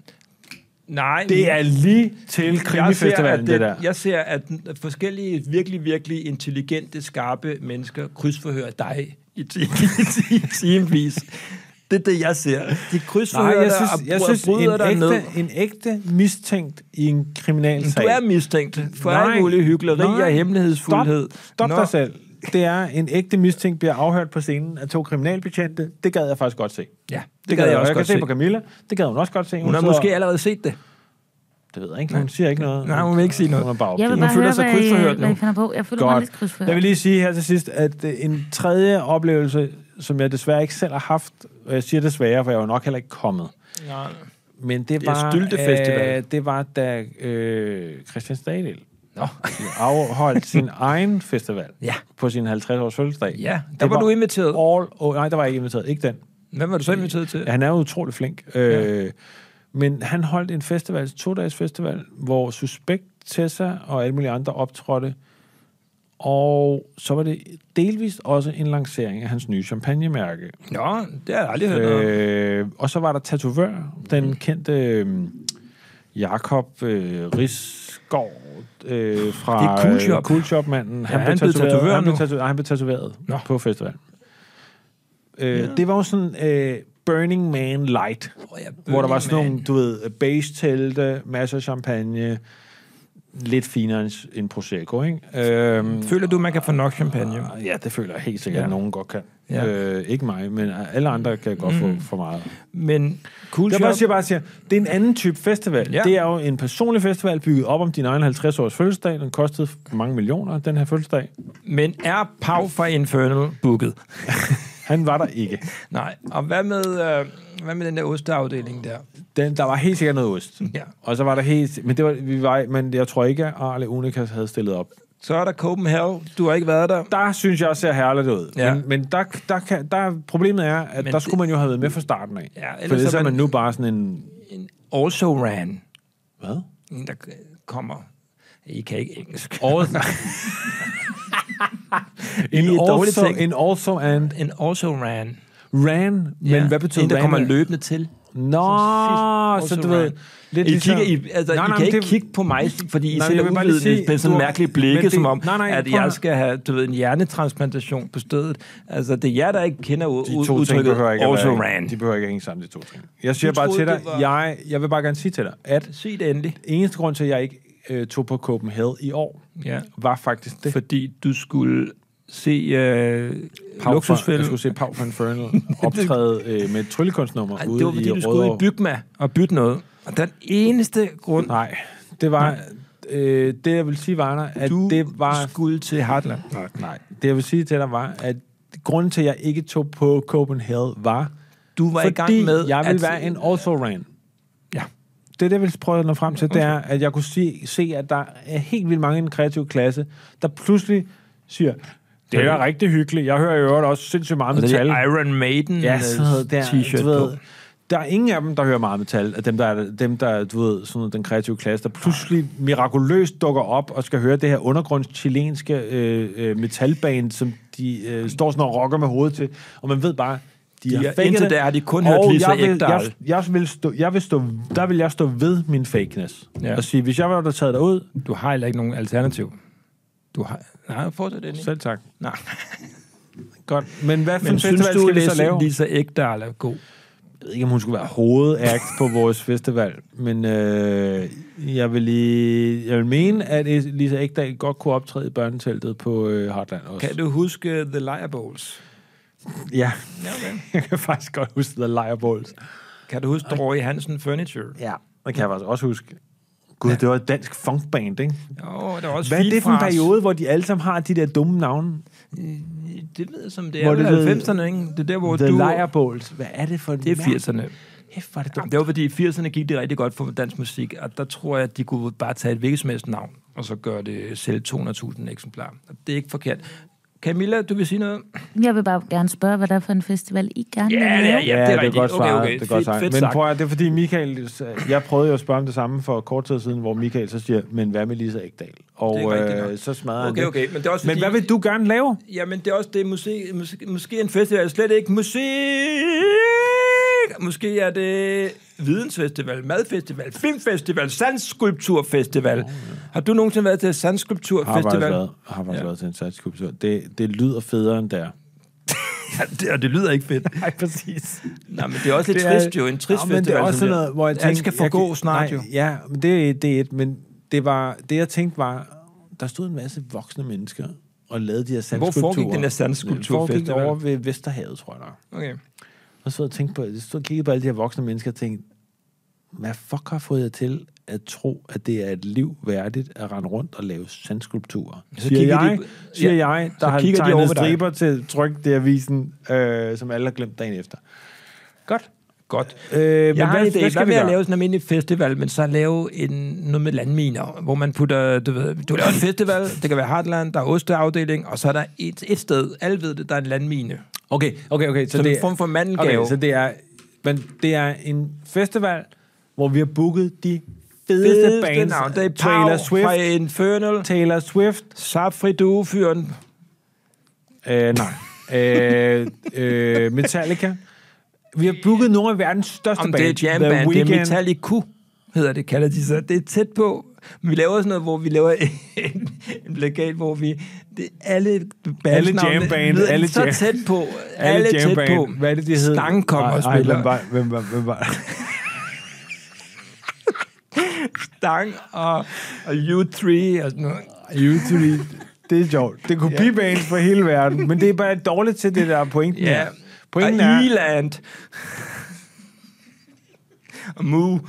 Nej. Det er lige til Krimifestivalen, det der. Jeg ser, at forskellige, virkelig, virkelig intelligente, skarpe mennesker krydsforhører dig i timevis. Det er det, jeg ser. De krydsforhører jeg synes en ægte mistænkt i en kriminalsag. Du er mistænkt for alle mulige hykleri og hemmelighedsfuldhed. Stop dig selv. Det er en ægte mistænkt bliver afhørt på scenen af 2 kriminalbetjente. Det gad jeg faktisk godt se. Ja, det gad jeg også godt se. Jeg kan se på Camilla. Det gad hun også godt se. Hun har måske allerede set det. Det ved jeg ikke. Hun siger ikke noget. Nej, hun vil ikke sige noget. Hun er bare jeg vil bare høre, hvad I finder på. Jeg føler mig lidt krydsforhørt. Jeg vil lige sige her til sidst, at en tredje oplevelse, som jeg desværre ikke selv har haft, og jeg siger desværre, for jeg var nok heller ikke kommet. Nej. Men det var, det var da Christian Stadil afholdt sin egen festival på sin 50-års fødselsdag. Ja, der var du inviteret. Nej, der var jeg ikke inviteret. Ikke den. Hvem var du så inviteret til? Ja, han er jo utrolig flink. Men han holdt en festival, 2-dages festival, hvor Suspekt, Tessa og alle mulige andre optrådte. Og så var det delvist også en lancering af hans nye champagnemærke. Ja, det har jeg aldrig hørt og så var der tatovør, den kendte Jakob Risgaard fra Coolshop-manden. Han blev tatoveret på festivalen. Det var jo sådan Burning Man Light, hvor der var sådan nogle, du ved, beige-telte, masser af champagne, lidt finere end Prosecco, ikke? Føler du, man kan få nok champagne? Ja, det føler jeg helt sikkert, at nogen godt kan. Ja. Ikke mig, men alle andre kan godt få for meget. Men Coolshop... Jeg bare siger, det er en anden type festival. Ja. Det er jo en personlig festival, bygget op om din egen 50-års fødselsdag. Den kostede mange millioner, den her fødselsdag. Men er Pau fra Infernal booket? Han var der ikke. Nej. Og hvad med den der osteafdeling der? Der var helt sikkert noget ost. Ja. Og så var der helt... Men jeg tror ikke, at Arle Unikas havde stillet op. Så er der Copenhagen. Du har ikke været der. Der synes jeg ser herligt ud. Ja. Men problemet er, at der skulle man jo have været med fra starten af. Ja, for det er man nu bare sådan en also ran. Hvad? En, der kommer... I kan ikke engelsk. En also ran. Ran? Men hvad betyder en, der kommer løbende til. Så du ved... Lidt I kan ikke kigge på mig, fordi I ser udvidet med sådan mærkelige blikke, som om, at jeg skal have, du ved, en hjernetransplantation på stedet. Altså, det er jer, der ikke kender udtrykket also ran. De behøver ikke hænge sammen, de 2 ting. Jeg siger bare til dig, jeg vil bare gerne sige til dig, at sig det endelig. Eneste grund til, at jeg ikke tog på Copenhagen i år, var faktisk det. Fordi du skulle se Luksusfælden. Jeg skulle se Pau fra Infernal optræde med et tryllekunstnummer ude i Rødovre. Det var fordi, du skulle i Bygma og bytte noget. Og den eneste grund... Nej, det var... det, jeg vil sige, var, at det var... Du skulle til Heartland. Nej, det, jeg vil sige til dig, var, at grunden til, at jeg ikke tog på Copenhagen, var... Du var i gang med... jeg ville være en also-ran. Ja. Det, jeg vil prøve at nå frem til, det er, at jeg kunne se, at der er helt vildt mange i den kreative klasse, der pludselig siger... Det er rigtig hyggeligt. Jeg hører jo også sindssygt meget metal. Det er Iron Maiden t-shirt på. Der er ingen af dem, der hører meget metal, af dem, der du ved, sådan den kreative klasse, der pludselig mirakuløst dukker op og skal høre det her undergrunds-chilenske metalband, som de står sådan og rocker med hovedet til, og man ved bare, indtil der har de kun hørt Lisa Ekdahl. Der vil jeg stå ved min fakeness. Ja. Og sige, hvis jeg var der taget derud... Du har heller ikke nogen alternativ. Nej, fortsæt det. Selv tak. Nej. Godt. Men hvad for en festival skal vi så lave? Lisa Ekdahl er god. Jeg ved ikke, om hun skulle være hovedakt på vores festival, men jeg vil mene, at Lisa Ekdahl godt kunne optræde i børneteltet på Heartland også. Kan du huske The Liar Bowls? Ja, okay. Jeg kan faktisk godt huske The Liar Bowls. Kan du huske Roy Hansen Furniture? Ja, det kan jeg faktisk også huske. Gud, det var et dansk funkband, ikke? Jo, det var også hvad er det for en periode, hvor de alle sammen har de der dumme navne? Det ved som det er i 90'erne, ikke? Det er der, hvor The Liar Bowls. Hvad er det for det er 80'erne. Var det dumt. Det var fordi i 80'erne gik det rigtig godt for dansk musik, og der tror jeg, at de kunne bare tage et hvilket som helst navn, og så gøre det selv 200.000 eksemplarer. Og det er ikke forkert. Camilla, du vil sige noget? Jeg vil bare gerne spørge, hvad der er for en festival, I gerne vil lave. Ja, det er rigtigt. Godt svaret. Okay. Det er godt sagt. Men prøv at, det er fordi Michael, jeg prøvede jo at spørge om det samme for kort tid siden, hvor Michael så siger, men hvad med Lisa Ekdahl? Og så smadrer han det. Okay. Men, det er også fordi, men hvad vil du gerne lave? Jamen, det er også det måske en festival, slet ikke musik. Måske er det vidensfestival, madfestival, filmfestival, sandskulpturfestival. Har du nogensinde været til sandskulpturfestival? Har faktisk været til en sandskulptur. Det lyder federe end der. det lyder ikke fedt. Nej, præcis. Nej, men det er også lidt trist jo. En trist festival. Men det er også sådan noget, hvor jeg tænkte... Alt skal forgå snart jo. Ja, men det er et. Men det jeg tænkte var... Der stod en masse voksne mennesker og lavede de her sandskulpturer. Hvor foregik den her sandskulpturfestival? Det foregik over ved Vesterhavet, tror jeg nok. Okay. Og så tænkte på, jeg stod og kiggede på alle de her voksne mennesker og tænkte, hvad fuck har fået jer til at tro, at det er et liv værdigt at rende rundt og lave sandskulpturer? Siger jeg, der har tegnet striber til tryk det avisen, som alle har glemt dagen efter. Godt. Jeg har en idé. Hvad vil jeg lave sådan en almindelig festival, men så lave noget med landminer, hvor man putter, du laver en festival, det kan være Heartland, der er osteafdeling, og så er der et sted, alle ved det, der er en landmine. Okay. Så det er en form for mandelgave. Okay, så det er en festival, hvor vi har booket de fedeste bands. Det er Taylor Swift fra Infernal. Taylor Swift. Sapfri Duo-fyren. Metallica. Vi har booket nogle af verdens største bands. Det er jamband. Det er Metallica, hedder det, kalder de så. Det er tæt på. Vi laver sådan noget, hvor vi laver en plakat, hvor vi... Alle jamband. Så tæt på. Alle tæt på. Hvad er det, de hedder? Stang kommer og spiller. Hvem var Stang og U3 og sådan noget. U3, det er sjovt. Det er kopibands for hele verden, men det er bare dårligt til det der pointen. Ja. Pointen og Eland. Og Moo.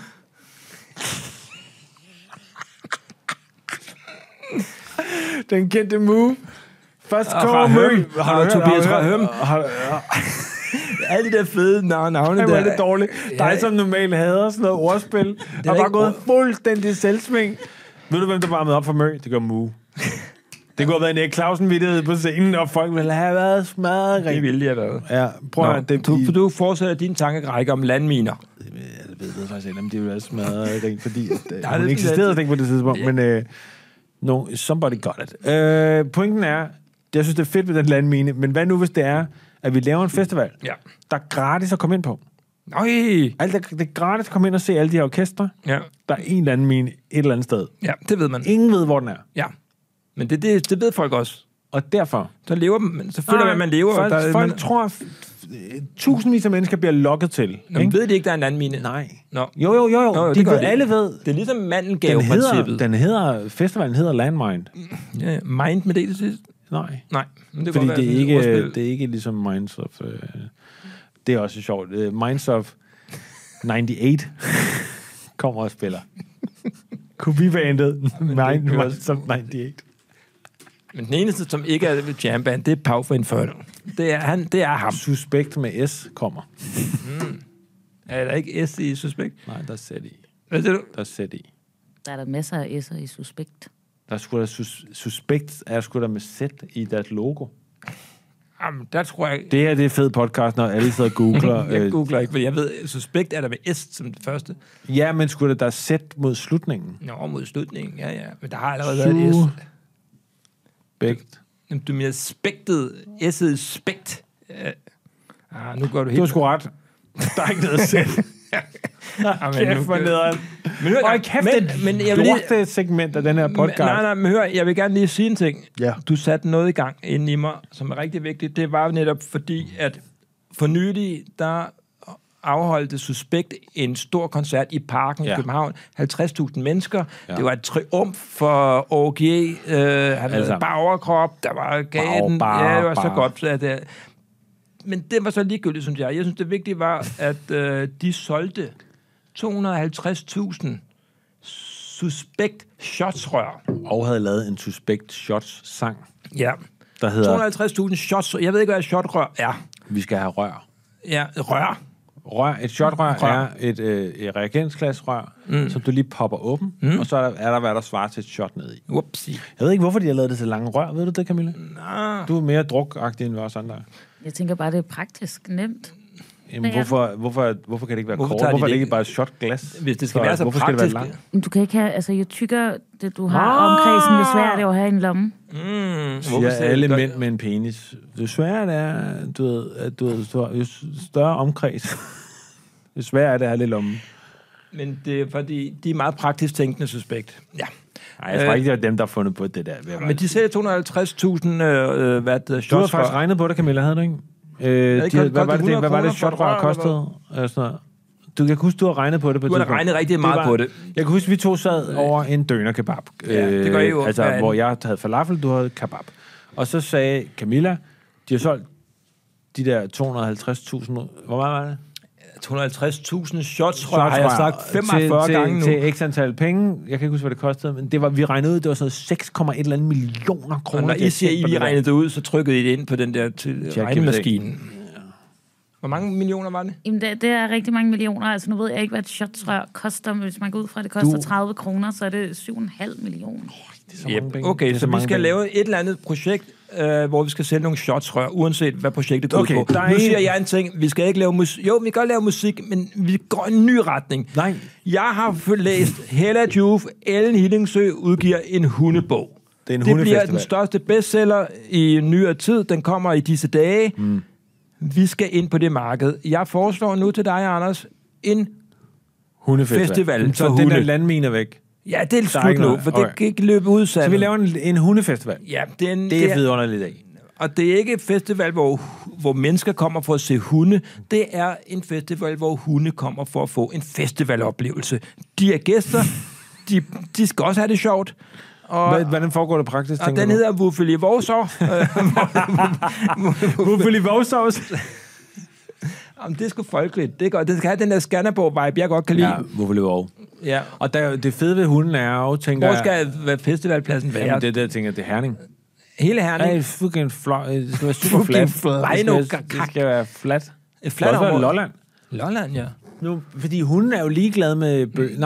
Den kendte Moo. Først kommer Høm. Har du Tobias fra Høm? Alle de der fede navne der. Det var lidt dårligt. Dig, som normalt hader sådan noget ordspil, har bare gået fuldstændig selvsving. Ved du, hvem der var med op for Mø? Det gør Moo. Det kunne have været en Erik Clausen-vittighed på scenen, og folk ville have været smadret. Det ville jeg have været. Ja, prøv at... Du fortsætter din tankerække om landminer. Jeg ved faktisk ikke, om de ville have smadret rent, fordi hun eksisterede ikke på det tidspunkt, men somebody got it. Pointen er, jeg synes, det er fedt med den landmine, men hvad nu, hvis det er, at vi laver en festival, der er gratis at komme ind på? Nej. Det er gratis at komme ind og se alle de her orkestre. Ja. Der er en landmine et eller andet sted. Ja, det ved man. Ingen ved, hvor den er. Ja. Men det ved folk også. Og derfor... Så lever man. Så føler man lever. Folk tror, tusindvis af mennesker bliver lokket til. Men ved de ikke, der er en landmine? Nej. No. Jo. De ved, alle ved. Det er ligesom mandelgave-princippet. Festivalen hedder Landmine. Ja, Mind med det til sidst? Nej. Men det fordi det er ikke ligesom Minds of... det er også sjovt. Minds of 98 kommer og spiller. Kopibandet Minds of 98. Men den eneste, som ikke er jamband, det er Pau for Infernal. Det er ham. Suspekt med S kommer. Er der ikke S i Suspekt? Nej, der er Z i. Hvad siger du? Der er Z i. Der er der masser af S'er i Suspekt. Der er sgu da Suspekt er sgu da med Z i deres logo. Jamen, der tror jeg... Det her, det er fed podcast, når alle sidder og googler. Jeg googler ikke, for jeg ved, Suspekt er der med S som det første. Ja, men skulle der er Z mod slutningen? Nå, mod slutningen, ja. Men der har allerede været et S. Suspekt. Du mener spektet, S'et spekt. Nu går du helt... Du har sgu ret. Der er ikke noget at sætte. Kæft for nederen. Men jeg vil lige... segment af den her podcast. Nej, men hør, jeg vil gerne lige sige en ting. Ja. Du satte noget i gang inde i mig, som er rigtig vigtigt. Det var netop fordi, at for nylig, der afholdte Suspekt en stor koncert i Parken i København. 50.000 mennesker. Ja. Det var et triumf for OG. Han havde bare overkrop. Der var gaden. Det var så godt. Men det var så ligegyldigt, synes jeg. Jeg synes, det vigtige var, at de solgte 250.000 Suspekt shotsrør. Og havde lavet en Suspekt shots-sang. Ja. Der hedder... 250.000 shots. Jeg ved ikke, hvad et shotrør er. Vi skal have rør. Ja, rør. Et shotrør er et reagensglasrør, som du lige popper åben, og så er der, hvad der svarer til et shot ned i. Whoopsie. Jeg ved ikke, hvorfor de har lavet det til lange rør. Ved du det, Camilla? Nå. Du er mere drukagtig end os andre. Jeg tænker bare, det er praktisk nemt. Jamen, hvorfor kan det ikke være kort? Hvorfor er det ikke bare et shotglas? Hvis det skal være så hvorfor praktisk. Skal det være du kan ikke have, altså jo tykkere det, du har omkredsen, jo sværere det er at have en lomme. Siger alle mænd med en penis. Det svære det er, jo større omkreds, jo sværere er det at have lidt lomme. Men det er fordi, de er meget praktisk tænkende Suspekt. Ja. Nej, jeg tror ikke, det er dem, der har fundet på det der. Men de sælger 250.000 shots. Du har faktisk regnet på det, Camilla, havde du ikke? Hvad var det shotrør kostede? Du kan huske, du har regnet på det på Du har regnet rigtig meget på det. Jeg kan huske, vi to sad over en døner-kebab. Det gør I jo. Altså, hvor jeg havde falafel, du havde kebab. Og så sagde Camilla, de har solgt de der 250.000... Hvor meget var det? 250.000 shotsrør, har jeg sagt 45 gange nu. Til x antal penge. Jeg kan ikke huske, hvad det kostede, men det var, vi regnede ud, det var sådan 6,1 millioner kroner. Og når I siger, vi regnede det ud, så trykkede I det ind på den der regnemaskinen. Hvor mange millioner var det? Jamen, det er rigtig mange millioner. Altså, nu ved jeg ikke, hvad et shotsrør koster, men hvis man går ud fra, at det koster 30 kroner, så er det 7,5 millioner. Det er så mange penge. Okay, så vi skal lave et eller andet projekt, hvor vi skal sælge nogle shotsrør, uanset hvad projektet går ud på. Nu siger jeg en ting, vi skal ikke lave musik. Jo, vi kan godt lave musik, men vi går i en ny retning. Nej. Jeg har læst Hella Juf, Ellen Hillingsø udgiver en hundebog. Det bliver den største bestseller i nyere tid. Den kommer i disse dage. Vi skal ind på det marked. Jeg foreslår nu til dig, Anders, en hundefestival. Så den der landminer væk. Ja, det er slut nu, for det kan ikke løbe ud. Så vi laver en hundefestival. Ja, det er vidunderligt af. Og det er ikke et festival, hvor mennesker kommer for at se hunde. Det er en festival, hvor hunde kommer for at få en festivaloplevelse. De er gæster. De skal også have det sjovt. Og, hvordan foregår det praktisk? Og den hedder Wuffeli Vorsov. Wuffeli Vorsov. Jamen, det er sgu folkeligt. Det er godt. Det skal have den der Skanderborg-vibe, jeg godt kan lide. Ja, Wuffeli Vov. Ja. Og det fede ved hunden er jo, tænker jeg... Hvor skal festivalpladsen være? Jamen, det der, tænker jeg, det er Herning. Hele Herning? Ja, det skal være super flat. Det skal være flat. Et flat område? Det Lolland. Lolland, ja. Nu, fordi hunden er jo ligeglad med...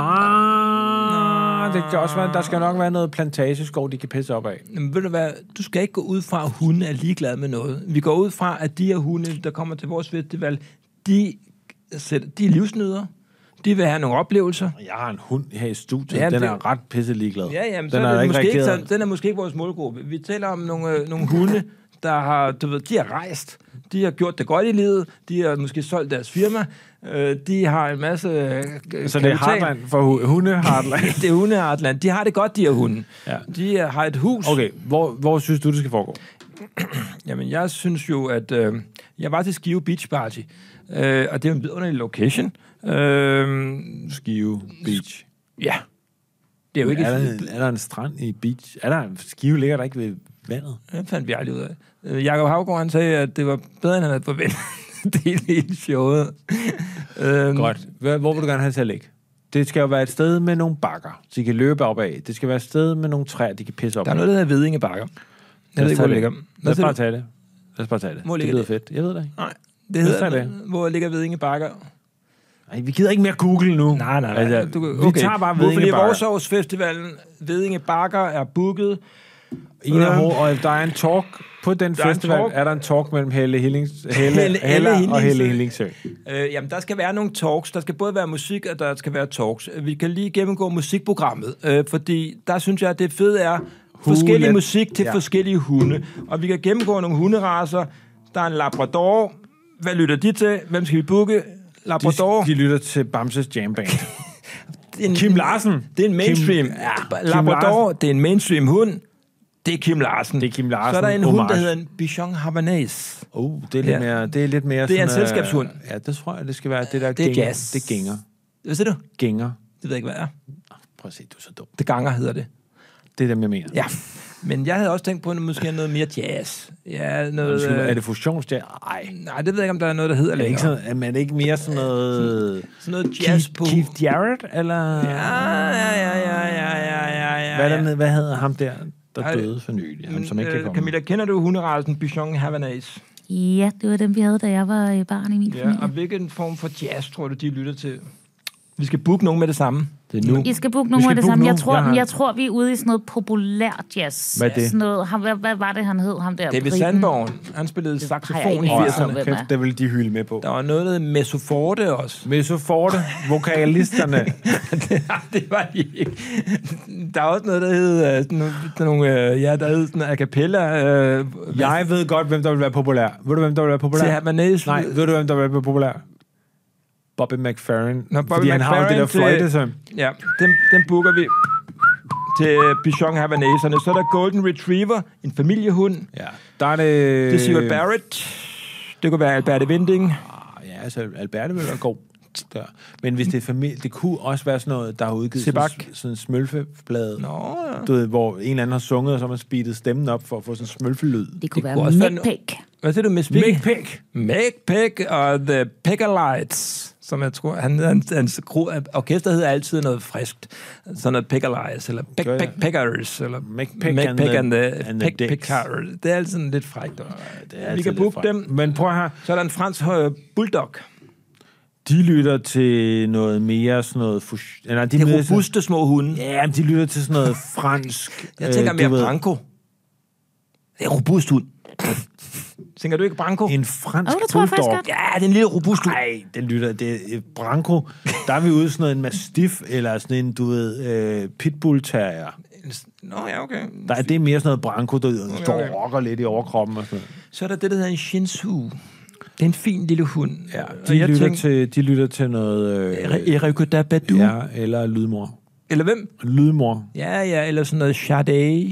det kan også være, der skal nok være noget plantageskov, de kan pisse op af. Men ved du hvad, du skal ikke gå ud fra, at hunde er ligeglade med noget. Vi går ud fra, at de her hunde, der kommer til vores festival, de er livsnydere. De vil have nogle oplevelser. Jeg har en hund her i studiet, ja, den er ret pisse ligeglad. Ja, men den er måske ikke vores målgruppe. Vi taler om nogle hunde, der har, de har rejst. De har gjort det godt i livet. De har måske solgt deres firma. De har en masse Så det er Heartland for hunde Heartland? Det er hunde Heartland. De har det godt, de her hunde. Ja. De har et hus. Okay, hvor synes du, det skal foregå? Jamen, jeg synes jo, at... jeg var til Skive Beach Party, og det er en vidunderlig location. Skive Beach? Ja. Det er jo ikke... Er der en strand i Beach? Skive ligger der ikke ved vandet? Det fandt vi aldrig ud af. Jakob Havgaard, han sagde, at det var bedre, end han havde forventet. Det er hele showet. Godt. Hvor vil du gerne have til at ligge? Det skal jo være et sted med nogle bakker, så de kan løbe op af. Det skal være et sted med nogle træer, de kan pisse op af. Der er noget, der hedder Vedinge Bakker. Jeg ved ikke, hvor det ligger. Lad os bare tage det. Hvor ligger det? Fedt. Jeg ved det ikke. Nej, det hedder, hvor ligger Vedinge Bakker? Nej, vi gider ikke mere Google nu. Nej. Altså, okay. Vi tager bare Vedinge Bakker. Vorsovsfestivalen, Vedinge Bakker er booket. Og der er en talk på den festival. Er der en talk mellem Helle og Helle Hillingsø? Jamen, der skal være nogle talks. Der skal både være musik, og der skal være talks. Vi kan lige gennemgå musikprogrammet, fordi der synes jeg, at det fede er forskellig musik til forskellige hunde. Og vi kan gennemgå nogle hunderacer. Der er en Labrador. Hvad lytter de til? Hvem skal vi booke? Labrador. De lytter til Bamses Jam Band. Kim Larsen. Det er en mainstream. Labrador, det er en mainstream hund. Det er Kim Larsen. Så er der en hund, der hedder en Bichon Havanese. Det er lidt mere... Det er lidt mere det er sådan, en selskabshund. Ja, det tror jeg, det skal være. Det der det er gænger. jazz. Det gænger. Hvad siger du? Gænger. Det ved jeg ikke, hvad er. Prøv at se, du er så dum. Det ganger hedder det. Det er dem, jeg mener. Ja. Men jeg havde også tænkt på måske noget mere jazz. Ja, noget... Er det fusionsjazz? Nej, det ved jeg ikke, om der er noget, der hedder længere. Er det ikke mere sådan noget... Sådan noget jazz på... Keith Jarrett, eller... Ja. Hvad hedder ham der døde for nylig? Ham, som ikke kan komme. Camilla, kender du hunderasen Bichon Havanese? Ja, det var dem, vi havde, da jeg var barn i min familie. Og hvilken form for jazz, tror du, de lytter til? Vi skal booke nogen med det samme. Det er nu. I skal booke nogen af det samme. Jeg tror, vi er ude i sådan noget populær jazz. Hvad er det? Sådan noget, hvad var det, han hed? Ham der, David Sandborn. Han spillede saxofon i 80'erne. Kæft, det ville de hylde med på. Der var noget, der hed Messoforte også. Messoforte, vokalisterne. Det var de ikke. Der er også noget, der hed der hed sådan a cappella. Jeg ved godt, hvem der vil være populær. Ved du, hvem der vil være populær? Til Havanese. Nej, ved du, hvem der vil være populær? Bobby McFerrin. Fordi han har jo det der fløjte, så... Ja, den booker vi til Bichon Havaneserne. Så er der Golden Retriever, en familiehund. Ja, der er det... Det er Sigurd Barrett. Det kunne være Alberte Winding. Ja, altså Alberte vil være god. Der. Men hvis det er familie, det kunne også være sådan noget, der har udgivet sådan en smølfeblad. Nå, ja. Du ved, hvor en eller anden har sunget, og så har man speedet stemmen op for at få sådan en smølfelyd. Det kunne være Mick. Hvad siger du, Miss Piggy? Mick Pick og The Pickalites, som jeg tror, hans orkester hedder altid noget friskt. Sådan noget Pickalites, eller Pickers, eller Mick and the Pickers. Det er altid lidt frækt. Vi kan booke dem. Men prøv her. Så er der en fransk bulldog. De lytter til noget mere sådan noget... Det er robuste små hunde. Ja, de lytter til sådan noget fransk... Jeg tænker mere Branco. Det er robust hund. Tænker du ikke Branco? En fransk bulldog? Ja, det er en lille robust hund. Nej, den lytter... Det er Branco. Der er vi ude sådan noget en mastiff, eller sådan en, du ved, pitbull-terrier. Nå, ja, okay. Det er mere sådan noget Branco, der står og rocker lidt i overkroppen og sådan noget. Så er der det, der hedder en Shih Tzu. Det er en fin lille hund. Ja, de lytter til noget... Erika Dabadou. Ja, eller lydmor. Eller hvem? Lydmor. Ja, eller sådan noget Sade.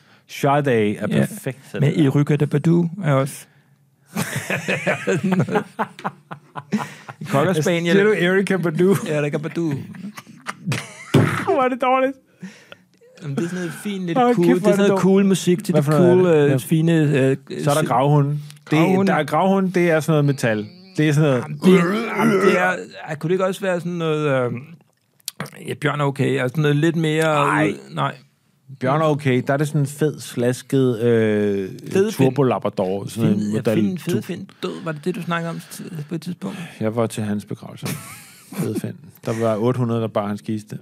Sade er perfekt. Ja. Men Erika Dabadou er også... Cocker Spaniel. Siger du Erika Badu? Erika Badu. Hvor er det dårligt. Jamen, det er sådan noget fint, lidt cool. Det er sådan noget cool musik til det cool, fine... Så er der gravhunden. Der er gravhunden, det er sådan noget metal. Det er sådan noget... Kunne det ikke også være sådan noget... Bjørn er okay. Altså sådan noget lidt mere... Nej. Bjørn er okay. Der er det sådan en fed, slasket turbo-labrador. Fedfind død. Var det det, du snakkede om på et tidspunkt? Jeg var til hans begravelse. Fedfind. Der var 800, der bar hans kiste.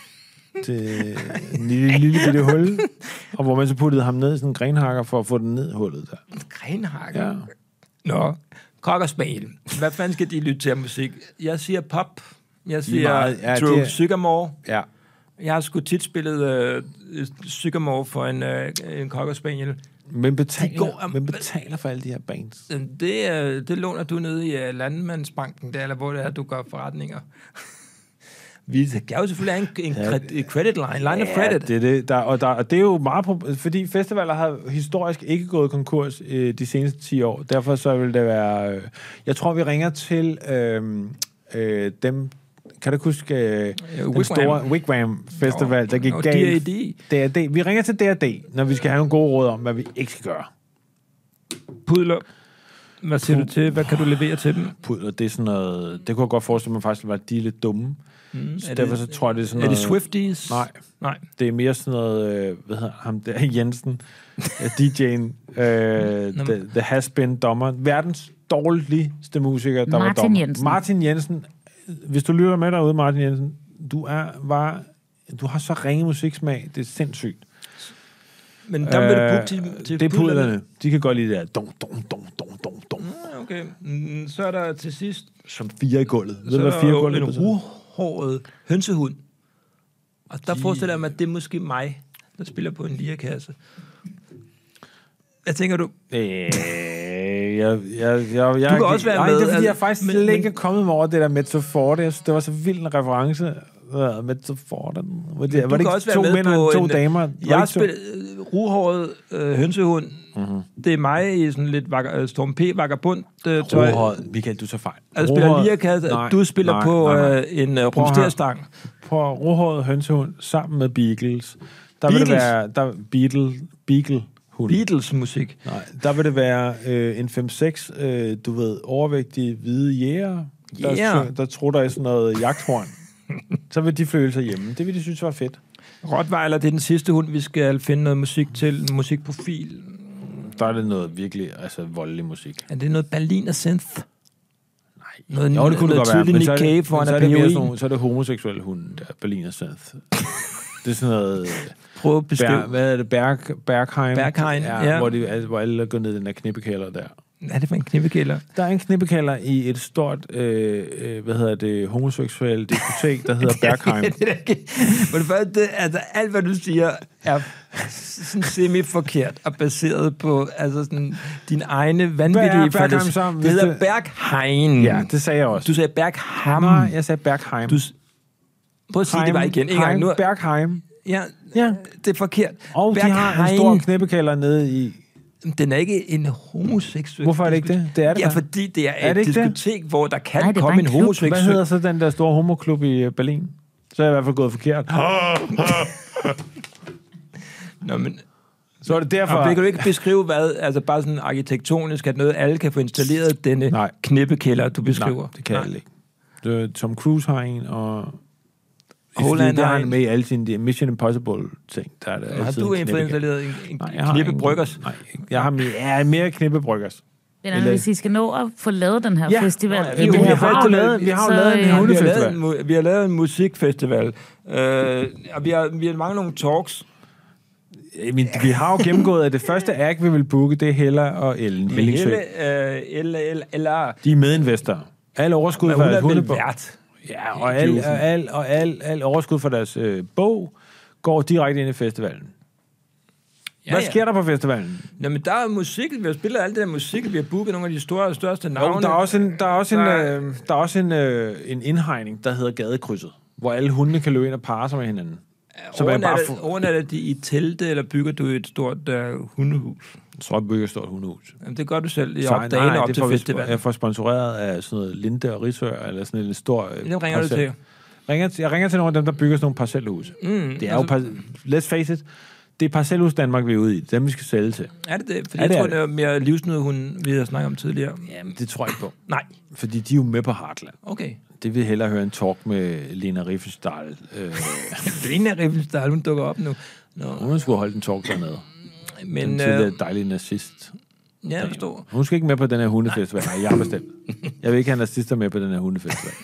Til en lille bitte hul, og hvor man så puttede ham ned i sådan en grenhakker for at få den ned i hullet der. Grenhakker? Ja. Nå, Cocker Spaniel. Hvad fanden skal de lytte til af musik? Jeg siger pop. Jeg siger Drew Sycamore. Ja. Jeg har sgu tit spillet Sycamore for en Cocker Spaniel. Men betaler for alle de her bands? Det låner du nede i Landmandsbanken, der, eller hvor det er, du gør forretninger. Vi kan jo selvfølgelig have en credit line of credit. Det er det er jo meget... Fordi festivaler har historisk ikke gået konkurs de seneste 10 år. Derfor så vil det være... jeg tror, vi ringer til dem... Kan du huske den store Wigwam Festival, der gik galt? D&D. Vi ringer til D&D, når vi skal have nogle gode råd om, hvad vi ikke skal gøre. Pudler. Hvad siger du til? Hvad kan du levere til dem? Pudler, det er sådan noget... Det kunne jeg godt forestille mig faktisk, at de er lidt dumme. Så derfor så tror jeg, det er sådan noget... Er det Swifties? Nej. Det er mere sådan noget... hvad hedder ham der? Jensen. DJ'en. The Has-Been Dommer. Verdens dårligste musiker, der var dommer. Martin Jensen. Hvis du lytter med derude, Martin Jensen, du har så ringe musiksmag. Det er sindssygt. Men der vil du putte til det er pudlerne. De kan godt lide det der. Okay. Så er der til sidst... Som 4 i gulvet. Så er der en ruhåret hønsehund. Og der forestiller jeg mig, at det er måske mig, der spiller på en lirakasse. Hvad tænker du? Du kan også være med. Det er fordi, jeg faktisk slet ikke er kommet over det der Mezzo Forte. Det var så vild en reference. med så får den. Var det ikke også to mænd og to damer? Jeg har spillet ruhåret hønsehund. Det er mig i sådan lidt Storm P. vagabund tøj. Ruhåret. Michael, du tager fejl. Jeg spiller liakat, du spiller på en rumsterstang. På ruhåret hønsehund sammen med Beagles. Der vil det være Beagle-hund. Beatles-musik. Nej, der vil det være en 5-6, du ved, overvægtige hvide jæger, der trutter i sådan noget jagthorn. Så vil de føle sig hjemme. Det vil de synes var fedt. Rottweiler, det er den sidste hund, vi skal finde noget musik til. Musikprofil. Der er det noget virkelig voldelig musik. Er det noget Berliner synth? Nej. Det kunne det godt være. Men så er det homoseksuelle hunde, der er Berliner synth. Det er sådan noget... Prøv at beskrive. Hvad er det? Berghain? Berghain, ja. Hvor alle går ned i den der knippekælder der. Hvad er det for en knippekælder? Der er en knippekælder i et stort, homoseksuelt diskotek, der hedder Berghain. Alt, hvad du siger, er sådan semi-forkert og baseret på sådan din egne vanvittige fantasi. Det hedder Berghain. Ja, det sagde jeg også. Du sagde Bergham. Nej, jeg sagde Berghain. Prøv at sige det bare igen. En gang nu. Berghain. Ja, det er forkert. Og Berghain. de har en stor knippekælder nede i... Den er ikke en homoseksuel... Hvorfor er det ikke det? Det er det. Ja, fordi det er et diskotek, hvor der kan komme en homoseksuel... Hvad hedder så den der store homoklub i Berlin? Så er jeg i hvert fald gået forkert. Nå, men... Så er det derfor... Og kan du ikke beskrive, hvad... bare sådan arkitektonisk, at noget alle kan få installeret denne knippekælder, du beskriver? Nej, det kan alle ikke. Tom Cruise har en, og... Holland har han med i alle sine Mission Impossible-ting. Der er der har du installeret en knippebryggers? Nej, jeg har mere knippebryggers. Hvis I skal nå at få lavet den her festival... Vi har jo lavet en hundefestival. Vi har lavet en musikfestival. Og vi har mange nogle talks. Vi har jo gennemgået, at det første act, vi vil booke, det er Hella og Ellen. Helle, de er medinvestorer. Alle overskud fra deres hundebog. Ja, og al overskud fra deres bog går direkte ind i festivalen. Hvad sker der på festivalen? Jamen, der er musik. Vi har spillet alt det der musik. Vi har booket nogle af de største navne. Der er også en indhegning, der hedder Gadekrydset, hvor alle hundene kan løbe ind og parre sig med hinanden. Overnatter de i telte, eller bygger du et stort hundehus? Så bygger et stort hundehus. Jamen, det gør du selv i dagen op til festivalen. Jeg får sponsoreret af sådan noget Linde og Risør, eller sådan en stor... Det ringer du til. Jeg ringer til nogle af dem, der bygger sådan nogle parcelhus. Det er jo... Let's face it, det er Parcelhus Danmark, vi er ude i. Dem, vi skal sælge til. Er det det? Fordi jeg tror, det er mere livsnødhunde, vi har snakket om tidligere. Jamen, det tror jeg ikke på. Nej. Fordi de er jo med på Heartland. Okay. Det vil hellere høre en talk med Lena Riefenstahl. Lena Riefenstahl, hun dukker op nu. Hun skulle holde en talk dernede. Men, den tidligere dejlige nazist. Ja, jeg forstår. Hun skal ikke med på den her hundefestival. Nej, jeg har bestemt. Jeg vil ikke have nazister med på den her hundefestival.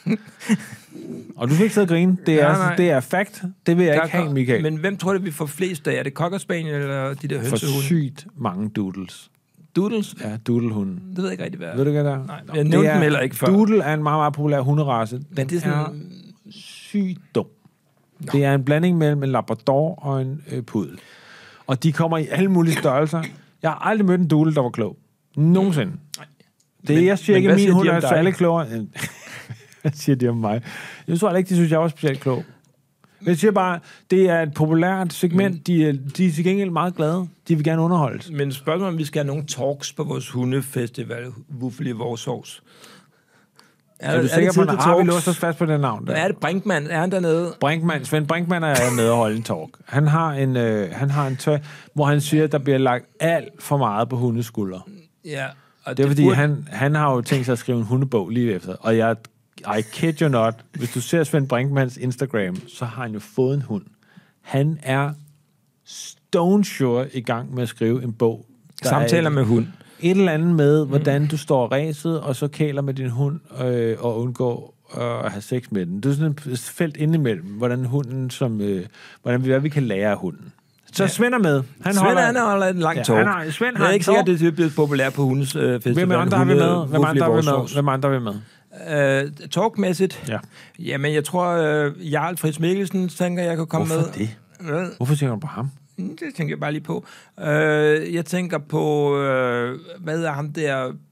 Og du skal ikke sidde og grine. Det er fact. Det vil jeg ikke have, Michael. Men hvem tror du, vi får flest af? Er det Cocker Spaniel eller de der hønsehunde? For sygt mange doodles. Doodles? Ja, doodlehunde. Det ved jeg ikke rigtig, hvad. Ved du, hvad der er? Nej, jeg nævnte dem heller ikke før. Doodle er en meget, meget populær hunderace. Men det er sådan sygt dum. Det er en blanding mellem en labrador og en pudel. Og de kommer i alle mulige størrelser. Jeg har aldrig mødt en doodle, der var klog. Nogensinde. Jeg siger ikke, at min hund er særlig klogere. Hvad siger de om mig? Jeg tror ikke, de synes, jeg var specielt klog. Men jeg siger bare, det er et populært segment. De er til gengæld meget glade. De vil gerne underholdes. Men spørgsmålet om vi skal have nogle talks på vores hundefestival, Wuffel i vores sovs. Er du sikker på, at har vi låst os fast på den navn? Der? Er det Brinkmann? Er han dernede? Svend Brinkmann er nede og holde en talk. Han har en tør, hvor han siger, at der bliver lagt alt for meget på hundeskulder. Ja. Og det er fordi, han har jo tænkt sig at skrive en hundebog lige efter. Og I kid you not. Hvis du ser Svend Brinkmanns Instagram, så har han jo fået en hund. Han er stone sure i gang med at skrive en bog. Samtaler med hund. Et eller andet med, hvordan du står ræset, og så kæler med din hund, og undgår at have sex med den. Det er sådan et felt indimellem, hvordan hunden, hvad vi kan lære af hunden. Så Svend er med. Han holder en lang talk. Svend har ikke sikkert, det er blevet populært på hundes festival. Hvem andre har vi med? Hvem andre er vi med? Talkmæssigt? Ja. Jamen, jeg tror, Jarl Friis Mikkelsen tænker, jeg kan komme med. Hvorfor det? Hvorfor tænker du på ham? Det tænker jeg bare lige på. Jeg tænker på, hvad er ham der,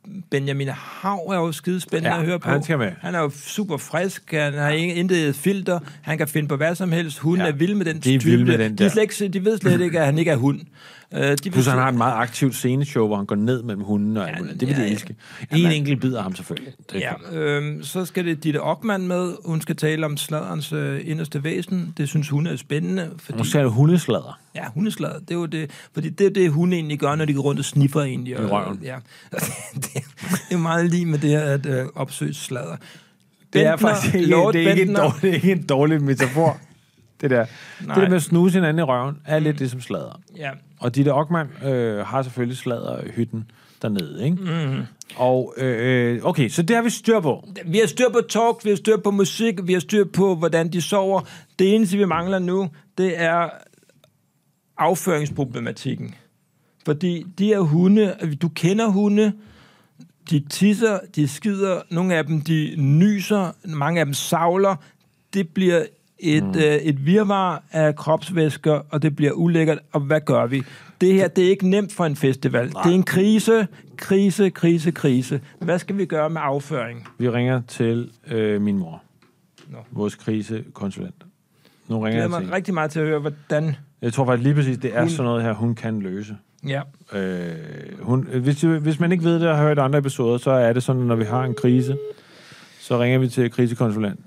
Benjamin Hav er jo skidespændende at høre på. Han skal med. Han er jo super frisk, han har intet filter, han kan finde på hvad som helst. Hunden er vild med den type. De ved slet ikke, at han ikke er hund. Plus han har et meget aktivt sceneshow, hvor han går ned mellem hunden og det vil de elske. En enkelt bid af ham selvfølgelig. Så skal det Ditte Okman med. Hun skal tale om sladderens inderste væsen. Det synes hun er spændende. Hun siger det hundesladder. Ja, hundesladder. Det er jo det. Fordi det er det, hunde egentlig gør, når de går rundt og sniffer egentlig. I røven. Ja. Det er meget lige med det her at opsøge sladder. Det er faktisk ikke en dårlig metafor. Det der med at snuse hinanden i røven er lidt det som sladder. Ja. Og Ditte Okman har selvfølgelig sladderhytten dernede, ikke? Mm-hmm. Og okay, så det har vi styr på. Vi har styr på talk, vi har styr på musik, vi har styr på, hvordan de sover. Det eneste, vi mangler nu, det er afføringsproblematikken. Fordi de her hunde, du kender hunde, de tisser, de skider, nogle af dem, de nyser, mange af dem savler. Det bliver et virvar af kropsvæsker, og det bliver ulækkert. Og hvad gør vi? Det her, det er ikke nemt for en festival. Nej. Det er en krise. Hvad skal vi gøre med afføring? Vi ringer til min mor. Vores krisekonsulent. Nu ringer jeg mig rigtig meget til at høre, hvordan... Jeg tror faktisk lige præcis, det er sådan noget her, hun kan løse. Ja. Hvis man ikke ved det og har hørt andre episoder, så er det sådan, når vi har en krise, så ringer vi til krisekonsulent.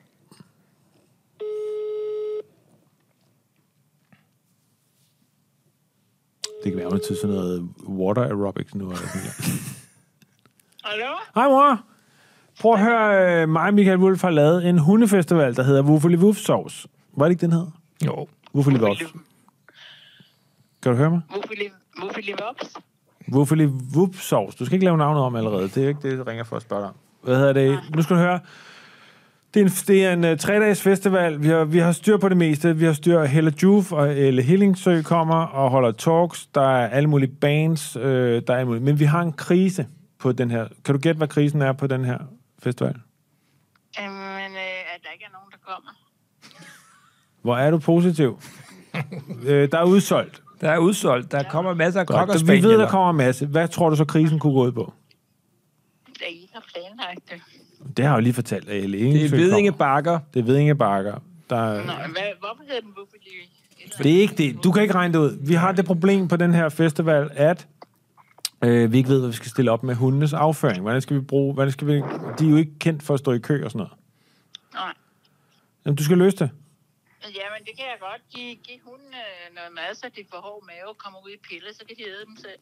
Det kan være til sådan noget water aerobics nu. Hallo? Hej mor. Prøv at høre, mig og Michael Wulff har lavet en hundefestival, der hedder Wuffeli Wuff Sovs. Var det ikke den hed? Jo. Wuffeli Wuff. Kan du høre mig? Wuffeli Wuff. Wuffeli Wuff Sovs. Du skal ikke lave navnet om allerede. Det er ikke det, jeg ringer for at spørge dig om. Hvad hedder det? Nu skal du høre. Det er en 3-dages festival. Vi har styr på det meste. Vi har styr Hella Juf og Elle Hillingsø kommer og holder talks. Der er alle mulige bands. Der er alle mulige. Men vi har en krise på den her. Kan du gætte, hvad krisen er på den her festival? At der ikke er nogen, der kommer. Hvor er du positiv? Der er udsolgt. Der er udsolgt. Der kommer masser af kokkerspanier. Vi ved, der kommer masser. Hvad tror du så, krisen kunne gå ud på? Der er ikke planlagt det. Det har jeg jo lige fortalt. Det er Vedinge Bakker. Det er Vedinge Bakker. Hvorfor hedder den Wuffeli? Det er ikke det. Du kan ikke regne det ud. Vi har det problem på den her festival, at vi ikke ved, hvad vi skal stille op med hundenes afføring. Hvordan skal vi bruge... De er jo ikke kendt for at stå i kø og sådan noget. Nej. Jamen, du skal løse det. Jamen, det kan jeg godt. Give hundene noget mad, så de får hård mave og kommer ud i pille, så kan de æde dem selv.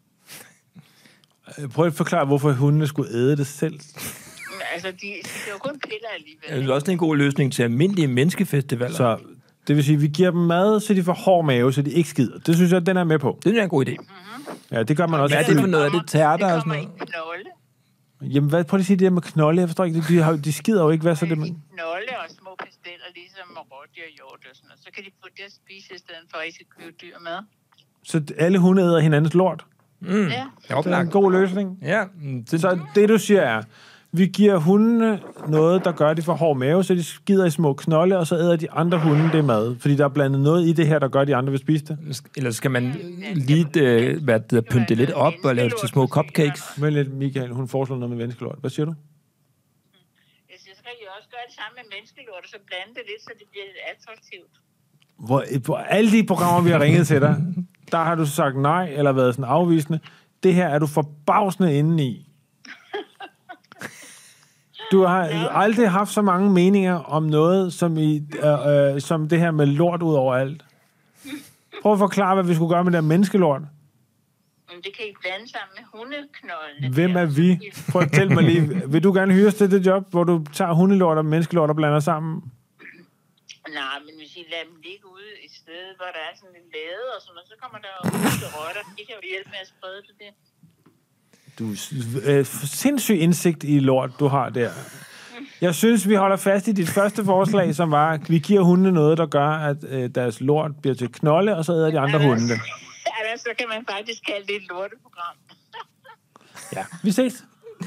Prøv at forklare, hvorfor hundene skulle æde det selv. Altså, de er jo kun piller alligevel. Det er også en god løsning til almindelige menneskefestivaler. Så det vil sige, at vi giver dem mad, så de får hård mave, så de ikke skider. Det synes jeg, den er med på. Det er en god idé. Mm-hmm. Ja, det gør man også. Hvad er det for noget? Er det tærter og sådan noget? Knolde. Jamen, prøv lige at sige det der med knolde. Jeg forstår ikke, de skider jo ikke. Hvad så det med? Knolde og små pasteller, ligesom rådyr og hjort og sådan noget. Så kan de få det at spise, i stedet for at I skal købe dyr med. Så alle hunde æder hinandens lort? Ja. Det er en god løsning. Ja. Så det, du siger er, vi giver hundene noget, der gør, at de får hård mave, så de skider i små knolde, og så æder de andre hunde det mad. Fordi der er blandet noget i det her, der gør, at de andre vil spise det. Eller skal man lige pynte lidt op og lave det til små cupcakes? Men lidt, Michael, hun foreslår noget med menneskelort. Hvad siger du? Jeg siger, så kan I også gøre det samme med menneskelort, og så blande det lidt, så det bliver lidt attraktivt. Hvor alle de programmer, vi har ringet til dig, der har du sagt nej, eller været sådan afvisende. Det her er du forbavsende inde i. Du har aldrig haft så mange meninger om noget, som det her med lort ud over alt. Prøv at forklare, hvad vi skulle gøre med det her menneskelort. Det kan I blande sammen med hundeknoldene. Hvem er vi? Prøv at fortælle mig lige. Vil du gerne hyres til det job, hvor du tager hundelort og menneskelort og blander sammen? Nej, men hvis I lader dem ligge ude et sted, hvor der er sådan en lade og sådan noget, så kommer der jo rotter. De kan jo hjælpe med at sprede det. Du sindssyg indsigt i lort, du har der. Jeg synes, vi holder fast i dit første forslag, som var, at vi giver hundene noget, der gør, at deres lort bliver til knolde, og så æder de andre hunde. Ja, så kan man faktisk kalde det et lorteprogram. Ja, vi ses.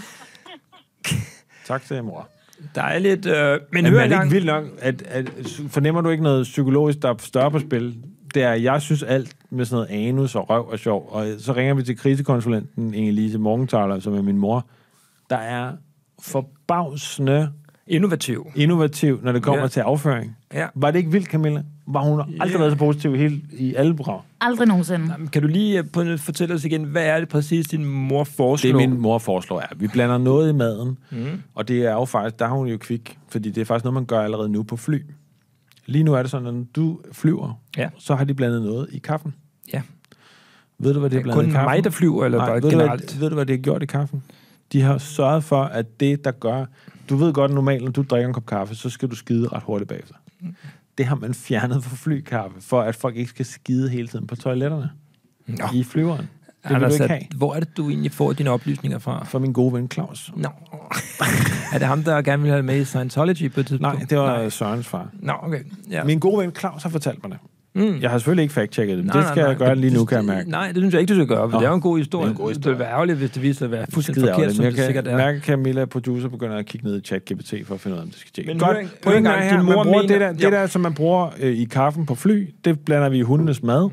Tak til mor. Dejligt. Men hør engang. Ikke vildt nok, at fornemmer du ikke noget psykologisk, der er større på spil? det er, jeg synes alt med sådan noget anus og røv og sjov, og så ringer vi til krisekonsulenten Inge-Lise Morgenthaler, som er min mor, der er forbavsende innovativ, når det kommer til afføring. Ja. Var det ikke vildt, Camilla? Var hun aldrig været så positiv i alle program? Aldrig nogensinde. Jamen, kan du lige fortælle os igen, hvad er det præcis, din mor foreslår? Det min mor foreslår er, vi blander noget i maden, og det er jo faktisk, der har hun jo kvik, fordi det er faktisk noget, man gør allerede nu på fly. Lige nu er det sådan, at når du flyver, så har de blandet noget i kaffen. Ja. Ved du, hvad det er blandet i kaffen? Kun mig, der flyver, eller bare generelt? Ved du, hvad det har gjort i kaffen? De har sørget for, at det, der gør... Du ved godt, normalt, når du drikker en kop kaffe, så skal du skide ret hurtigt bagefter. Det har man fjernet fra flykaffe, for at folk ikke skal skide hele tiden på toiletterne i flyveren. Det vil du ikke have. Hvor er det, du egentlig får dine oplysninger fra? Fra min gode ven Claus. Er det ham, der gerne vil have med i Scientology på et tidspunkt? Nej, det var Sørens far. Okay. Ja. Min gode ven Claus har fortalt mig det. Jeg har selvfølgelig ikke fact-checket det, men det skal jeg gøre lige nu, kan jeg mærke. Nej, det synes jeg ikke, du skal gøre, for det er jo en god historie. Det vil være ærgerligt, hvis det viser sig at være fuldstændig forkert, som det sikkert er. Jeg mærker, Camilla, producer, begynder at kigge ned i ChatGPT for at finde ud af, om det skal tjekke. Men godt, på en gang, din mor mener... Det der, som man bruger i kaffen på fly, det blander vi i hundenes mad.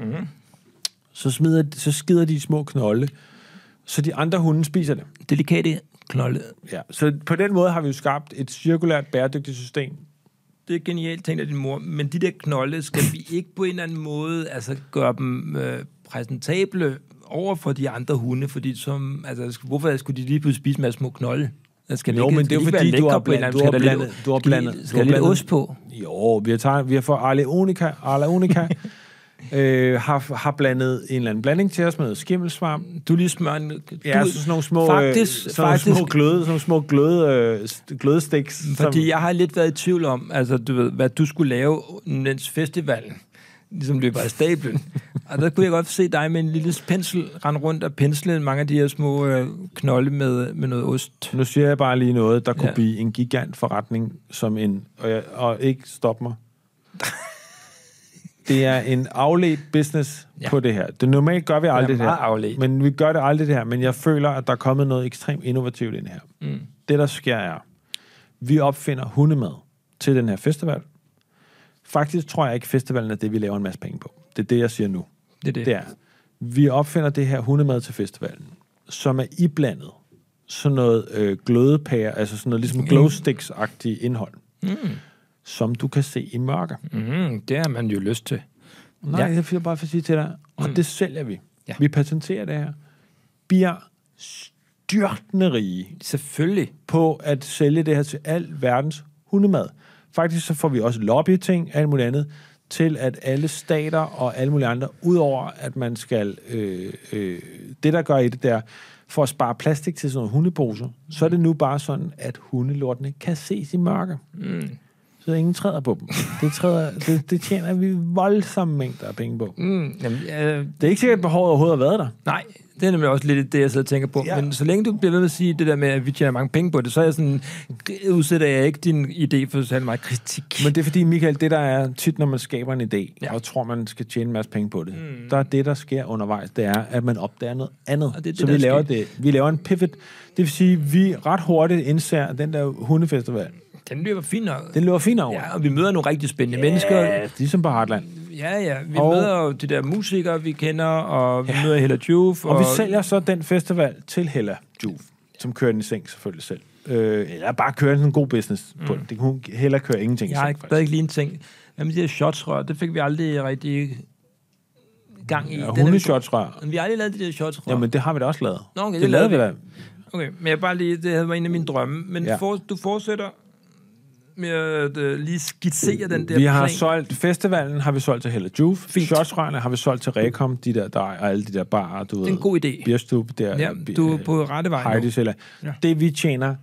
Så skider de små knolde, så de andre hunde spiser det. Delikate knolde. Ja, så på den måde har vi jo skabt et cirkulært, bæredygtigt system. Det er genialt tænkt af din mor, men de der knolde, skal vi ikke på en eller anden måde gøre dem præsentable over for de andre hunde, fordi hvorfor skulle de lige pludselig spise med små knolde? Men det er jo fordi, du har blandet. Skal der lidt ost på? Jo, vi har fået Arla Unica, har blandet en eller anden blanding til os med skimmelsvamp. Du lige smør en... sådan nogle små glødestiks. Fordi jeg har lidt været i tvivl om, du ved, hvad du skulle lave, mens festivalen ligesom løber af stablen. Og der kunne jeg godt se dig med en lille pensel rende rundt og pensle mange af de her små knolde med noget ost. Nu siger jeg bare lige noget, der kunne blive en gigant forretning som en... Og ikke stop mig. Det er en afledt business på det her. Det normalt gør vi aldrig det her. Afledt. Men vi gør det aldrig det her. Men jeg føler, at der er kommet noget ekstremt innovativt ind her. Det, der sker, er, vi opfinder hundemad til den her festival. Faktisk tror jeg ikke, festivalen er det, vi laver en masse penge på. Det er det, jeg siger nu. Det er, vi opfinder det her hundemad til festivalen, som er iblandet sådan noget glødepære, altså sådan noget ligesom glowsticks-agtigt indhold. Som du kan se i mørke. Det har man jo lyst til. Nej, jeg vil bare sige til dig, og det sælger vi. Ja. Vi patenterer det her. Bliver styrtende rige. Selvfølgelig. På at sælge det her til al verdens hundemad. Faktisk så får vi også lobbyting, alt muligt andet, til at alle stater og alle mulige andre, udover at man skal... det, der gør i det der, for at spare plastik til sådan nogle hundeposer, så er det nu bare sådan, at hundelortene kan ses i mørke. Så ingen træder på dem. Det tjener vi voldsomme mængder af penge på. Det er ikke sikkert, at behovet overhovedet har været der. Nej, det er nemlig også lidt det, jeg sidder og tænker på. Ja. Men så længe du bliver ved med at sige det der med, at vi tjener mange penge på det, så er jeg sådan, udsætter jeg ikke din idé for så meget kritik. Men det er fordi, Michael, det der er tit, når man skaber en idé, og tror, man skal tjene en masse penge på det, der er det, der sker undervejs, det er, at man opdager noget andet. Og det, så vi laver en pivot. Det vil sige, at vi ret hurtigt indser den der hundefestival. Den løber fint nok. Den løber fint nok. Ja, og vi møder nogle rigtig spændende mennesker. Ligesom på Heartland. Ja. Vi møder jo de der musikere, vi kender, og vi møder Hella Juf. Og vi sælger så den festival til Hella Juf, som kører den i seng selvfølgelig selv. Eller bare kører en god business på det. Hun Hella kører ingenting i seng, faktisk. Jeg har ikke lige en ting. Hvad med de her shotsrør? Det fik vi aldrig rigtig gang i. Ja, hundeshotsrør. Vi har aldrig lavet de der shotsrør. Jamen, det har vi da også lavet. Nå, okay, det lavede vi da. Okay, men jeg bare lige, det var en af mine drømme. Men du fortsætter med at lige skitsere den der Vi har solgt festivalen, har vi solgt til Hella Juf. Shotsrørene har vi solgt til Rekom, de der og alle de der barer, du ved. Det er en god idé. Bierstube der. Ja, du er på rette vej. Heidi Sella. Det vi tjener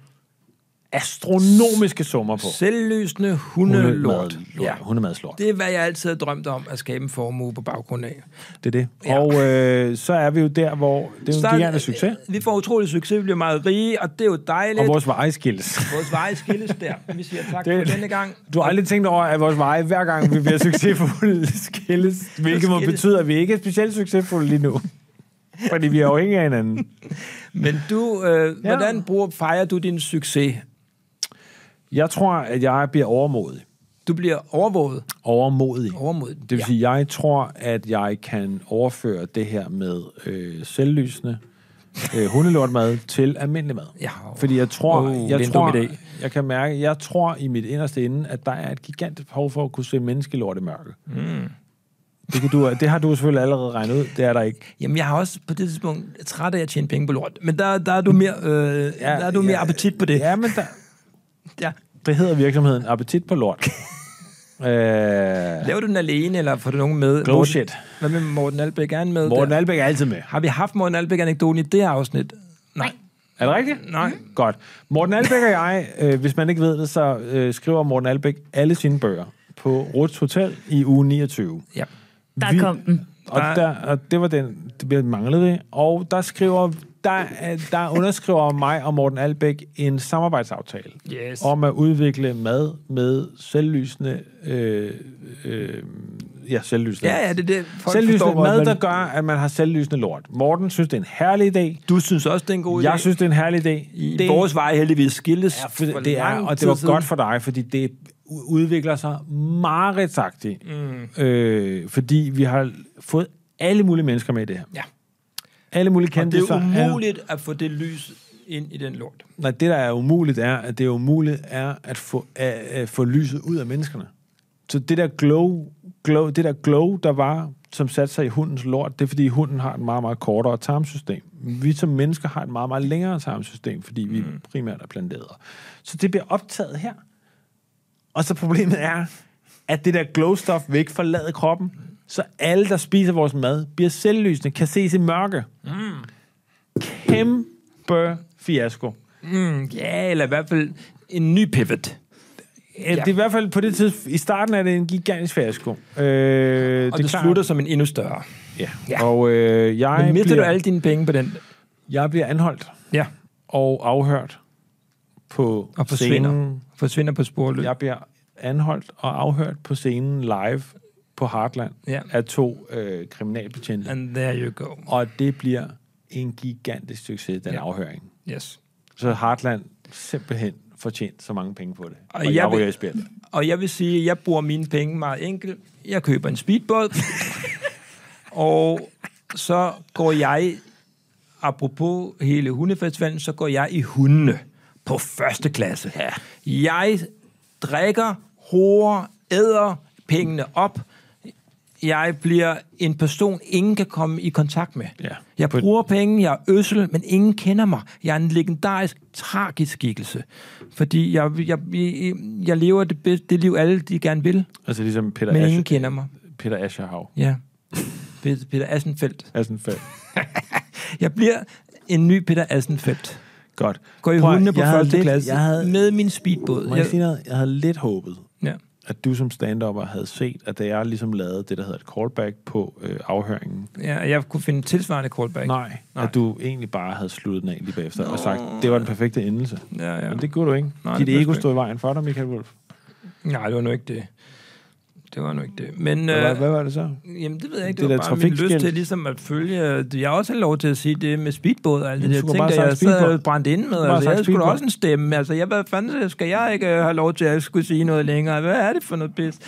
astronomiske summer på. Selvløsende hundelort. Ja, hundemadslort. Det er, hvad jeg altid har drømt om, at skabe en formue på baggrund af. Det er det. Ja. Og så er vi jo der, hvor det er en gigantisk succes. Vi får utrolig succes, vi bliver meget rige, og det er jo dejligt. Og vores veje skilles. Vores veje skilles der. Vi siger tak for denne gang. Du har aldrig tænkt over, at vores veje, hver gang vi bliver succesfulde, skilles. Hvilket må betyde, at vi ikke er specielt succesfulde lige nu. Fordi vi er afhængige af hinanden. Men du, hvordan fejrer du din succes? Jeg tror, at jeg bliver overmodig. Du bliver overvåget. Overmodig. Det vil sige, jeg tror, at jeg kan overføre det her med selvlysende hundelortmad til almindelig mad. Ja. Fordi jeg kan mærke, jeg tror i mit inderste ende, at der er et gigantisk behov for at kunne se menneskelort i mørke. Det har du selvfølgelig allerede regnet ud. Det er der ikke. Jamen, jeg har også på det tidspunkt træt af at tjene penge på lort. Men der er du mere, mere appetit på det. Ja, men det hedder virksomheden Appetit på lort. Laver du den alene, eller får du nogen med? Glow shit. Hvad med Morten Albæk? Er han med? Morten Albæk er altid med. Har vi haft Morten Albæk-anekdoten i det afsnit? Nej. Er det rigtigt? Nej. Godt. Morten Albæk og jeg, hvis man ikke ved det, så skriver Morten Albæk alle sine bøger på Ruths Hotel i uge 29. Ja. Der kom den. Og det var den, det manglede vi. Og der underskriver mig og Morten Albæk en samarbejdsaftale om at udvikle mad med selvlysende selvlysende. Ja, det er det. Selvlysende mad, der gør, at man har selvlysende lort. Morten synes, det er en herlig idé. Du synes også, det er en god idé. Jeg synes, det er en herlig idé. I vores vej heldigvis skildes. Ja, det er, og det var godt for dig, fordi det udvikler sig mareridtsagtigt. Fordi vi har fået alle mulige mennesker med i det her. Ja. Alle mulige kendte. Og det er umuligt at få det lys ind i den lort. Nej, det der er umuligt er, at få lyset ud af menneskerne. Så det der glow, der var, som satte sig i hundens lort, det er fordi hunden har et meget, meget kortere tarmsystem. Vi som mennesker har et meget, meget længere tarmsystem, fordi vi primært er planteret. Så det bliver optaget her. Og så problemet er, at det der glowstof vil ikke forlade kroppen, så alle, der spiser vores mad, bliver selvlysende, kan ses i mørke. Kæmpe fiasko. Ja, eller i hvert fald en ny pivot. Ja. Det er i hvert fald på det tidspunkt, i starten er det en gigantisk fiasko. Og det slutter som en endnu større. Ja. Og Men mister du alle dine penge på den? Jeg bliver anholdt. Ja. Og afhørt på scenen. Forsvinder på sporløb. Jeg bliver anholdt og afhørt på scenen live på Heartland af 2 kriminalbetjente. And there you go. Og det bliver en gigantisk succes, den afhøring. Yes. Så Heartland simpelthen fortjent så mange penge på det. Og jeg ryger i spil. Og jeg vil sige, at jeg bruger mine penge meget enkelt. Jeg køber en speedbåd. Og så går jeg, apropos hele hundefestivalen, så går jeg i hundene på første klasse. Ja. Jeg drikker, horer, æder pengene op. Jeg bliver en person, ingen kan komme i kontakt med. Ja. Jeg bruger penge, jeg er ødsel, men ingen kender mig. Jeg er en legendarisk, tragisk skikkelse. Fordi jeg lever det liv, alle de gerne vil. Altså ligesom Peter men ingen kender mig. Peter Ascherhav. Ja. Peter Assenfeldt. Assenfeldt. Jeg bliver en ny Peter Assenfeldt. Godt. Går i hundene på første klasse med min speedbåd. Må jeg sige noget? Jeg havde lidt håbet, at du som stand-upper havde set, at da jeg ligesom lavede det, der hedder et callback på afhøringen. Ja, jeg kunne finde tilsvarende callback. Nej, at du egentlig bare havde sluttet den af lige bagefter og sagt, det var den perfekte endelse. Ja. Men det kunne du ikke. Dit ego stod i vejen for dig, Michael Wolf. Nej, det var nu ikke det. Men, hvad var det så? Jamen, det ved jeg ikke. Det var bare min lyst til ligesom at følge. Jeg har også lov til at sige det med speedbåd og alt det der ting, der jeg sad brændt ind med. Altså, jeg skulle også en stemme. Altså, hvad fanden skal jeg ikke have lov til at skulle sige noget længere? Hvad er det for noget pis?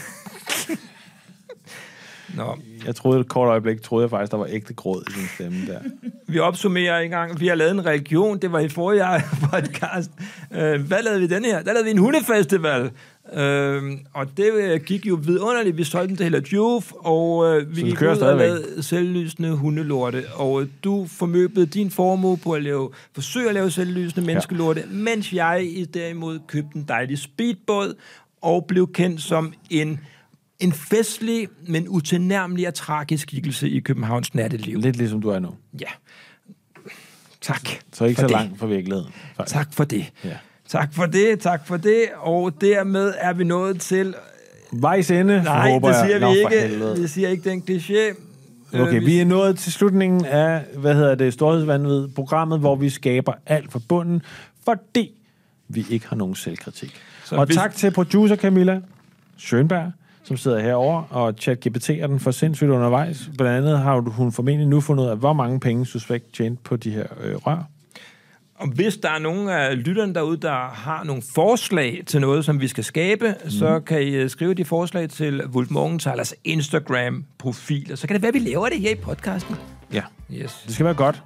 Nå. Jeg troede et kort øjeblik, faktisk, der var ægte gråd i sin stemme der. Vi opsummerer en gang. Vi har lavet en religion. Det var i forrige podcast. Hvad lavede vi den her? Der lavede vi en hundefestival. Og det gik jo vidunderligt. Vi solgte den til Hella Juf, og vi gik ud og lavede selvlysende hundelorte. Og du formøblede din formue på at forsøge at lave selvlysende menneskelorte, mens jeg derimod købte en dejlig speedbåd og blev kendt som en festlig, men utilnærmelig og tragisk skikkelse i Københavns natteliv. Lidt ligesom du er nu. Ja. Tak. Så ikke så langt fra virkeligheden. Faktisk. Tak for det. Ja. Tak for det. Og dermed er vi nået til... Vejs ende, håber jeg. Nej, det siger vi ikke. Vi siger ikke den kliché. Okay, vi er nået til slutningen af, Storhedsvanvid, programmet, hvor vi skaber alt for bunden, fordi vi ikke har nogen selvkritik. Og tak til producer Camilla Schönberg, som sidder herovre, og ChatGPT'er den for sindssygt undervejs. Blandt andet har hun formentlig nu fundet ud af, hvor mange penge Suspekt tjente på de her rør. Og hvis der er nogen af lytterne derude, der har nogle forslag til noget, som vi skal skabe, så kan I skrive de forslag til Wulff Morgenthalers Instagram-profil, og så kan det være, at vi laver det her i podcasten. Ja, Yes. det skal være godt.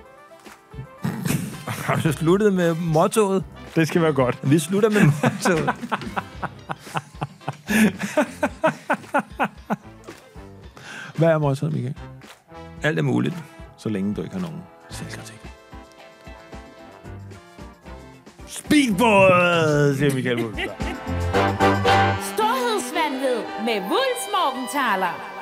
Har du sluttet med mottoet? Det skal være godt. Vi slutter med mottoet. Hvad er mottoet, Michael? Alt er muligt. Så længe du ikke har nogen selvkritik. Speedball, siger Michael Wulff. Storhedsvandvid med Wulff Morgenthaler.